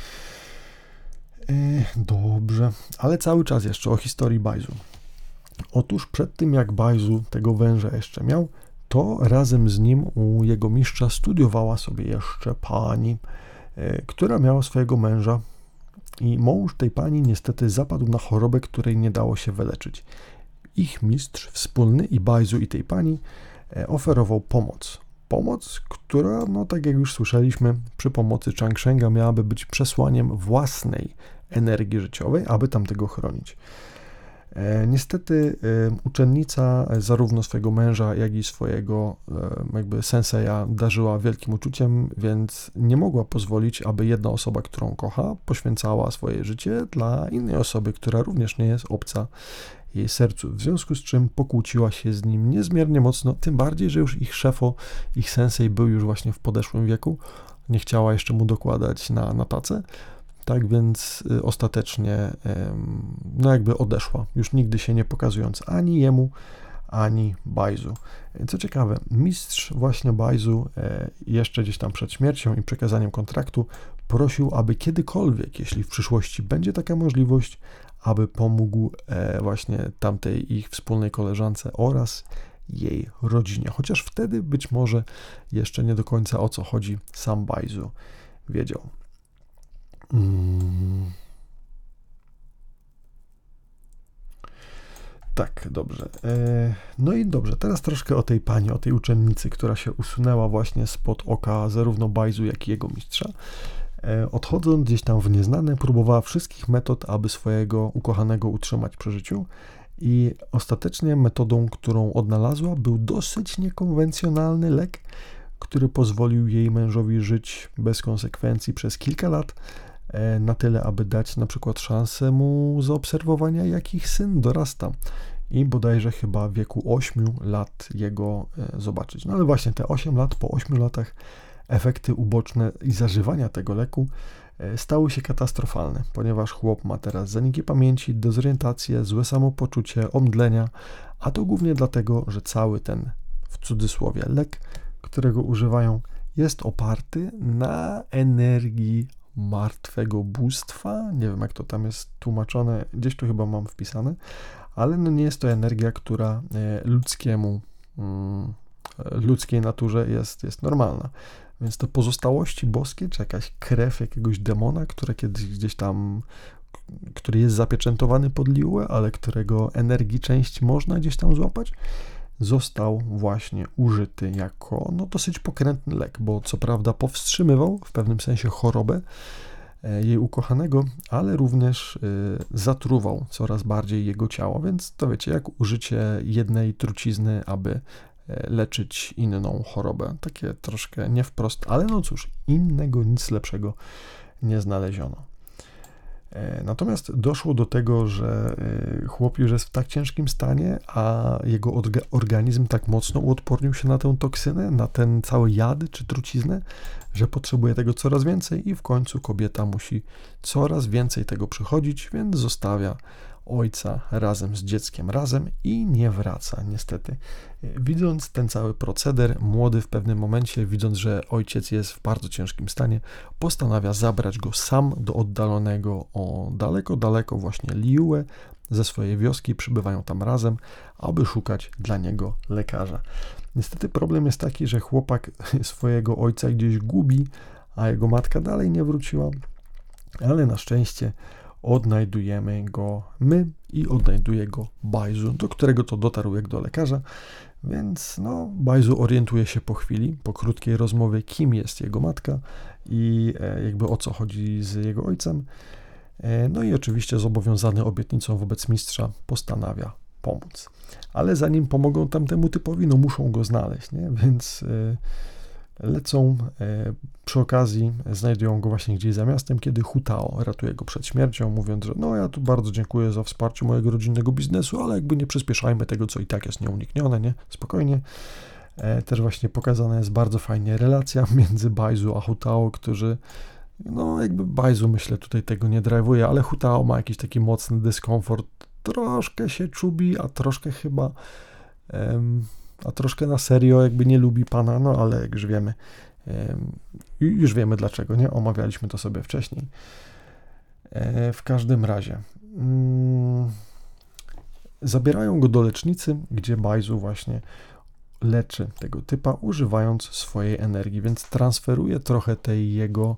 Speaker 1: Y, dobrze, ale cały czas jeszcze o historii Baizu. Otóż przed tym jak Baizu tego węża jeszcze miał, to razem z nim u jego mistrza studiowała sobie jeszcze pani, która miała swojego męża i mąż tej pani niestety zapadł na chorobę, której nie dało się wyleczyć. Ich mistrz wspólny i Baizu i tej pani oferował pomoc. Pomoc, która, no tak jak już słyszeliśmy, przy pomocy Cheng Shenga miałaby być przesłaniem własnej energii życiowej, aby tamtego chronić. E, niestety e, uczennica zarówno swojego męża, jak i swojego e, jakby senseja darzyła wielkim uczuciem, więc nie mogła pozwolić, aby jedna osoba, którą kocha, poświęcała swoje życie dla innej osoby, która również nie jest obca jej sercu, w związku z czym pokłóciła się z nim niezmiernie mocno, tym bardziej, że już ich szefo, ich sensei był już właśnie w podeszłym wieku, nie chciała jeszcze mu dokładać na, na tacę, tak więc y, ostatecznie y, no jakby odeszła, już nigdy się nie pokazując ani jemu, ani Baizu. Co ciekawe, mistrz właśnie Baizu e, jeszcze gdzieś tam przed śmiercią i przekazaniem kontraktu prosił, aby kiedykolwiek, jeśli w przyszłości będzie taka możliwość, aby pomógł e, właśnie tamtej ich wspólnej koleżance oraz jej rodzinie. Chociaż wtedy być może jeszcze nie do końca o co chodzi sam Baizu wiedział. Hmm. Tak, dobrze. No i dobrze, teraz troszkę o tej pani, o tej uczennicy, która się usunęła właśnie spod oka zarówno Baizu, jak i jego mistrza. Odchodząc gdzieś tam w nieznane, próbowała wszystkich metod, aby swojego ukochanego utrzymać przy życiu i ostatecznie metodą, którą odnalazła, był dosyć niekonwencjonalny lek, który pozwolił jej mężowi żyć bez konsekwencji przez kilka lat, na tyle, aby dać na przykład szansę mu zaobserwowania, jak ich syn dorasta i bodajże chyba w wieku ośmiu lat jego zobaczyć. No ale właśnie te osiem lat, po ośmiu latach efekty uboczne i zażywania tego leku stały się katastrofalne, ponieważ chłop ma teraz zanikie pamięci, dezorientację, złe samopoczucie, omdlenia, a to głównie dlatego, że cały ten, w cudzysłowie, lek, którego używają, jest oparty na energii martwego bóstwa, nie wiem jak to tam jest tłumaczone, gdzieś tu chyba mam wpisane, ale no nie jest to energia, która ludzkiemu, ludzkiej naturze jest, jest normalna. Więc to pozostałości boskie, czy jakaś krew jakiegoś demona, które kiedyś gdzieś tam, który jest zapieczętowany pod Liyue, ale którego energii część można gdzieś tam złapać, został właśnie użyty jako no, dosyć pokrętny lek, bo co prawda powstrzymywał w pewnym sensie chorobę jej ukochanego, ale również y, zatruwał coraz bardziej jego ciało, więc to wiecie, jak użycie jednej trucizny, aby leczyć inną chorobę. Takie troszkę nie wprost, ale no cóż, innego, nic lepszego nie znaleziono. Natomiast doszło do tego, że chłop już jest w tak ciężkim stanie, a jego orga- organizm tak mocno uodpornił się na tę toksynę, na ten cały jad czy truciznę, że potrzebuje tego coraz więcej i w końcu kobieta musi coraz więcej tego przychodzić, więc zostawia ojca razem z dzieckiem razem i nie wraca niestety. Widząc ten cały proceder, młody w pewnym momencie, widząc, że ojciec jest w bardzo ciężkim stanie, postanawia zabrać go sam do oddalonego o daleko, daleko właśnie Liyue ze swojej wioski, przybywają tam razem, aby szukać dla niego lekarza. Niestety problem jest taki, że chłopak swojego ojca gdzieś gubi, a jego matka dalej nie wróciła, ale na szczęście odnajdujemy go my i odnajduje go Baizu, do którego to dotarł jak do lekarza, więc no, Baizu orientuje się po chwili, po krótkiej rozmowie, kim jest jego matka i e, jakby o co chodzi z jego ojcem. E, no i oczywiście zobowiązany obietnicą wobec mistrza postanawia pomóc. Ale zanim pomogą tamtemu typowi, no muszą go znaleźć, nie? Więc e, lecą, e, przy okazji znajdują go właśnie gdzieś za miastem, kiedy Hutao ratuje go przed śmiercią, mówiąc, że no ja tu bardzo dziękuję za wsparcie mojego rodzinnego biznesu, ale jakby nie przyspieszajmy tego, co i tak jest nieuniknione, nie? Spokojnie. E, też właśnie pokazana jest bardzo fajnie relacja między Baizu a Hutao, którzy, no jakby Baizu myślę tutaj tego nie drive'uje, ale Hutao ma jakiś taki mocny dyskomfort, troszkę się czubi, a troszkę chyba em, a troszkę na serio jakby nie lubi pana, no ale jak już wiemy, już wiemy dlaczego, nie? Omawialiśmy to sobie wcześniej. W każdym razie zabierają go do lecznicy, gdzie Baizu właśnie leczy tego typa, używając swojej energii, więc transferuje trochę tej jego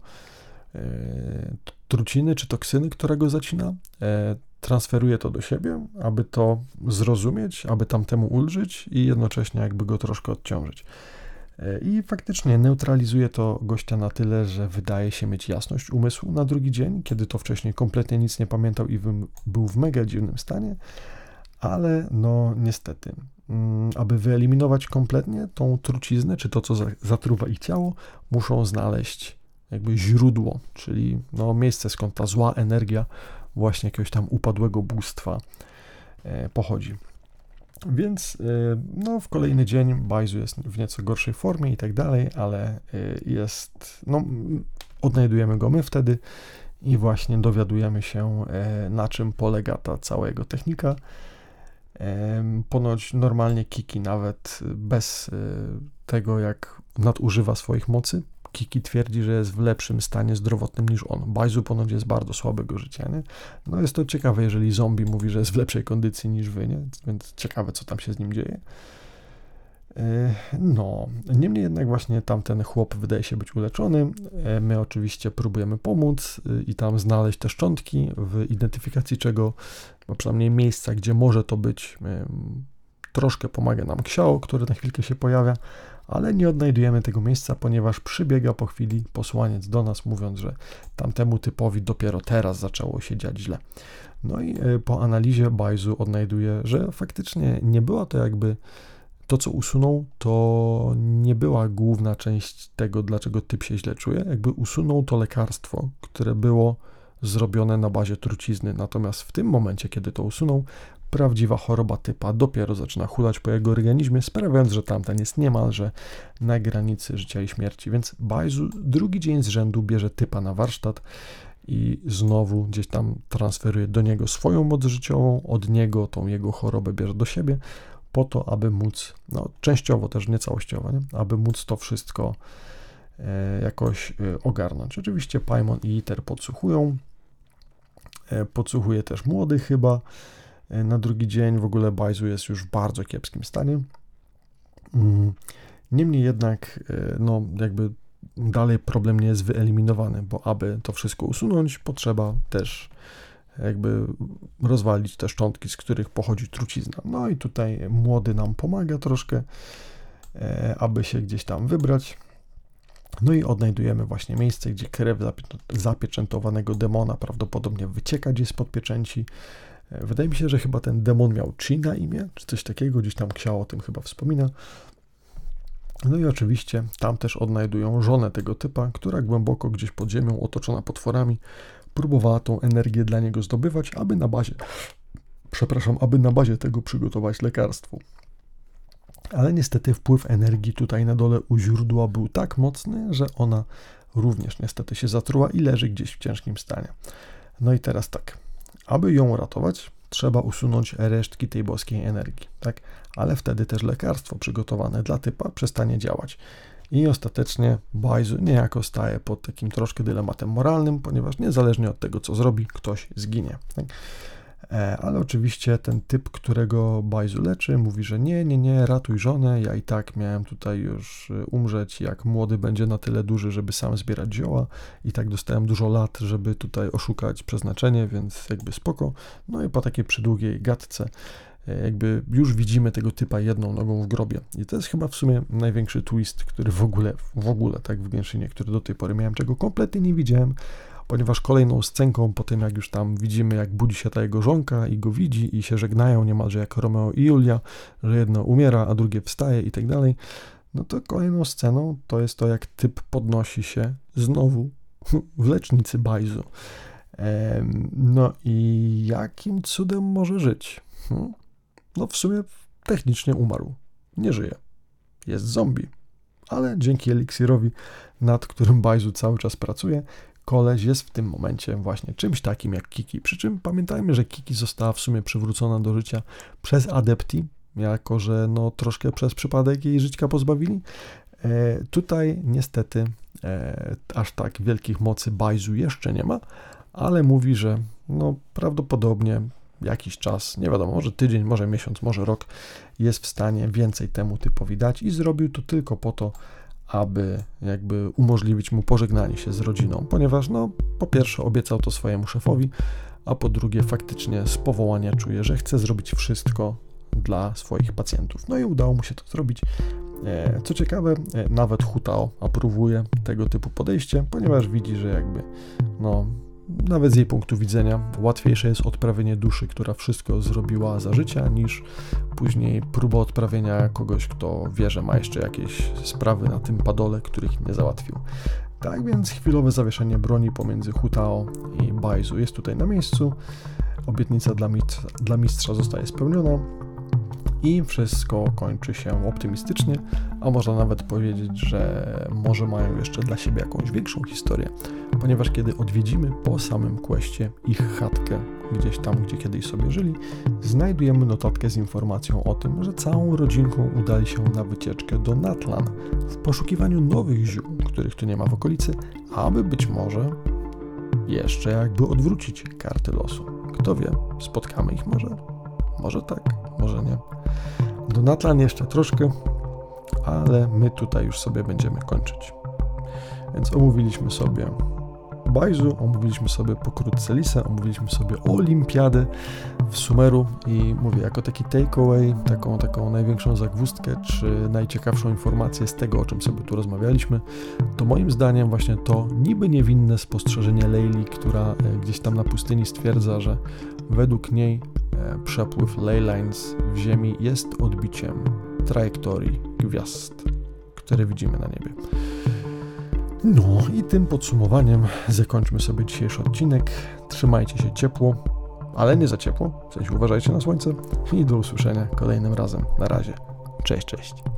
Speaker 1: truciny czy toksyny, która go zacina, transferuje to do siebie, aby to zrozumieć, aby tamtemu ulżyć i jednocześnie jakby go troszkę odciążyć. I faktycznie neutralizuje to gościa na tyle, że wydaje się mieć jasność umysłu na drugi dzień, kiedy to wcześniej kompletnie nic nie pamiętał i był w mega dziwnym stanie, ale no niestety, aby wyeliminować kompletnie tą truciznę, czy to, co zatruwa ich ciało, muszą znaleźć jakby źródło, czyli no miejsce, skąd ta zła energia właśnie jakiegoś tam upadłego bóstwa pochodzi. Więc no, w kolejny dzień Baizu jest w nieco gorszej formie i tak dalej, ale jest, no, odnajdujemy go my wtedy i właśnie dowiadujemy się, na czym polega ta cała jego technika. Ponoć normalnie Kiki nawet bez tego, jak nadużywa swoich mocy, Kiki twierdzi, że jest w lepszym stanie zdrowotnym niż on. Baizu ponoć jest bardzo słabego życia, nie? No jest to ciekawe, jeżeli zombie mówi, że jest w lepszej kondycji niż wy, nie? Więc ciekawe, co tam się z nim dzieje. No, niemniej jednak właśnie tamten chłop wydaje się być uleczony. My oczywiście próbujemy pomóc i tam znaleźć te szczątki, w identyfikacji czego, bo przynajmniej miejsca, gdzie może to być, troszkę pomaga nam Xiao, który na chwilkę się pojawia, ale nie odnajdujemy tego miejsca, ponieważ przybiega po chwili posłaniec do nas, mówiąc, że tamtemu typowi dopiero teraz zaczęło się dziać źle. No i po analizie Baizu odnajduje, że faktycznie nie była to jakby to, co usunął, to nie była główna część tego, dlaczego typ się źle czuje. Jakby usunął to lekarstwo, które było zrobione na bazie trucizny. Natomiast w tym momencie, kiedy to usunął, prawdziwa choroba typa dopiero zaczyna hulać po jego organizmie, sprawiając, że tamten jest niemalże na granicy życia i śmierci. Więc Baizu drugi dzień z rzędu bierze typa na warsztat i znowu gdzieś tam transferuje do niego swoją moc życiową, od niego tą jego chorobę bierze do siebie, po to, aby móc, no częściowo też nie całościowo, nie? Aby móc to wszystko e, jakoś e, ogarnąć. Oczywiście Paimon i Iter podsłuchują, e, podsłuchuje też młody chyba, e, na drugi dzień w ogóle Baizu jest już w bardzo kiepskim stanie. Mm. Niemniej jednak, e, no jakby dalej problem nie jest wyeliminowany, bo aby to wszystko usunąć, potrzeba też jakby rozwalić te szczątki, z których pochodzi trucizna. No i tutaj młody nam pomaga troszkę, e, aby się gdzieś tam wybrać. No i odnajdujemy właśnie miejsce, gdzie krew zapieczętowanego demona prawdopodobnie wycieka gdzieś spod pieczęci. E, wydaje mi się, że chyba ten demon miał Chi na imię, czy coś takiego, gdzieś tam Xiao o tym chyba wspomina. No i oczywiście tam też odnajdują żonę tego typa, która głęboko gdzieś pod ziemią, otoczona potworami, próbowała tą energię dla niego zdobywać, aby na bazie, przepraszam, aby na bazie tego przygotować lekarstwo. Ale niestety wpływ energii tutaj na dole u źródła był tak mocny, że ona również niestety się zatruła i leży gdzieś w ciężkim stanie. No i teraz tak, aby ją uratować, trzeba usunąć resztki tej boskiej energii, tak? Ale wtedy też lekarstwo przygotowane dla typa przestanie działać. I ostatecznie Baizu niejako staje pod takim troszkę dylematem moralnym, ponieważ niezależnie od tego, co zrobi, ktoś zginie. Tak? E, ale oczywiście ten typ, którego Baizu leczy, mówi, że nie, nie, nie, ratuj żonę, ja i tak miałem tutaj już umrzeć, jak młody będzie na tyle duży, żeby sam zbierać zioła i tak dostałem dużo lat, żeby tutaj oszukać przeznaczenie, więc jakby spoko. No i po takiej przydługiej gadce jakby już widzimy tego typa jedną nogą w grobie. I to jest chyba w sumie największy twist, który w ogóle, w ogóle tak w Genshinie, który do tej pory miałem, czego kompletnie nie widziałem, ponieważ kolejną scenką po tym, jak już tam widzimy, jak budzi się ta jego żonka i go widzi i się żegnają niemalże jak Romeo i Julia, że jedno umiera, a drugie wstaje i tak dalej, no to kolejną sceną to jest to, jak typ podnosi się znowu w lecznicy Baizu. No i jakim cudem może żyć? Hmm? No w sumie technicznie umarł. Nie żyje. Jest zombie. Ale dzięki eliksirowi, nad którym Baizu cały czas pracuje, koleś jest w tym momencie właśnie czymś takim jak Kiki. Przy czym pamiętajmy, że Kiki została w sumie przywrócona do życia przez adepti, jako że no troszkę przez przypadek jej życia pozbawili. E, tutaj niestety e, aż tak wielkich mocy Baizu jeszcze nie ma, ale mówi, że no prawdopodobnie jakiś czas, nie wiadomo, może tydzień, może miesiąc, może rok, jest w stanie więcej temu typowi dać i zrobił to tylko po to, aby jakby umożliwić mu pożegnanie się z rodziną, ponieważ no po pierwsze obiecał to swojemu szefowi, a po drugie faktycznie z powołania czuje, że chce zrobić wszystko dla swoich pacjentów. No i udało mu się to zrobić. Co ciekawe, nawet Hutao aprobuje tego typu podejście, ponieważ widzi, że jakby no nawet z jej punktu widzenia łatwiejsze jest odprawienie duszy, która wszystko zrobiła za życia, niż później próba odprawienia kogoś, kto wie, że ma jeszcze jakieś sprawy na tym padole, których nie załatwił. Tak więc chwilowe zawieszenie broni pomiędzy Hutao i Baizu jest tutaj na miejscu, obietnica dla mistrza, dla mistrza zostaje spełniona i wszystko kończy się optymistycznie, a można nawet powiedzieć, że może mają jeszcze dla siebie jakąś większą historię, ponieważ kiedy odwiedzimy po samym questie ich chatkę, gdzieś tam, gdzie kiedyś sobie żyli, znajdujemy notatkę z informacją o tym, że całą rodzinką udali się na wycieczkę do Natlan w poszukiwaniu nowych ziół, których tu nie ma w okolicy, aby być może jeszcze jakby odwrócić karty losu. Kto wie, spotkamy ich może? Może tak, może nie. Do Natlan jeszcze troszkę, ale my tutaj już sobie będziemy kończyć. Więc omówiliśmy sobie Bajzu, omówiliśmy sobie pokrótce Lisę, omówiliśmy sobie Olimpiadę w Sumeru i mówię, jako taki takeaway, taką, taką największą zagwozdkę, czy najciekawszą informację z tego, o czym sobie tu rozmawialiśmy, to moim zdaniem właśnie to niby niewinne spostrzeżenie Leili, która gdzieś tam na pustyni stwierdza, że według niej przepływ ley lines w Ziemi jest odbiciem trajektorii gwiazd, które widzimy na niebie. No i tym podsumowaniem zakończmy sobie dzisiejszy odcinek. Trzymajcie się ciepło, ale nie za ciepło, w sensie uważajcie na słońce i do usłyszenia kolejnym razem. Na razie. Cześć, cześć.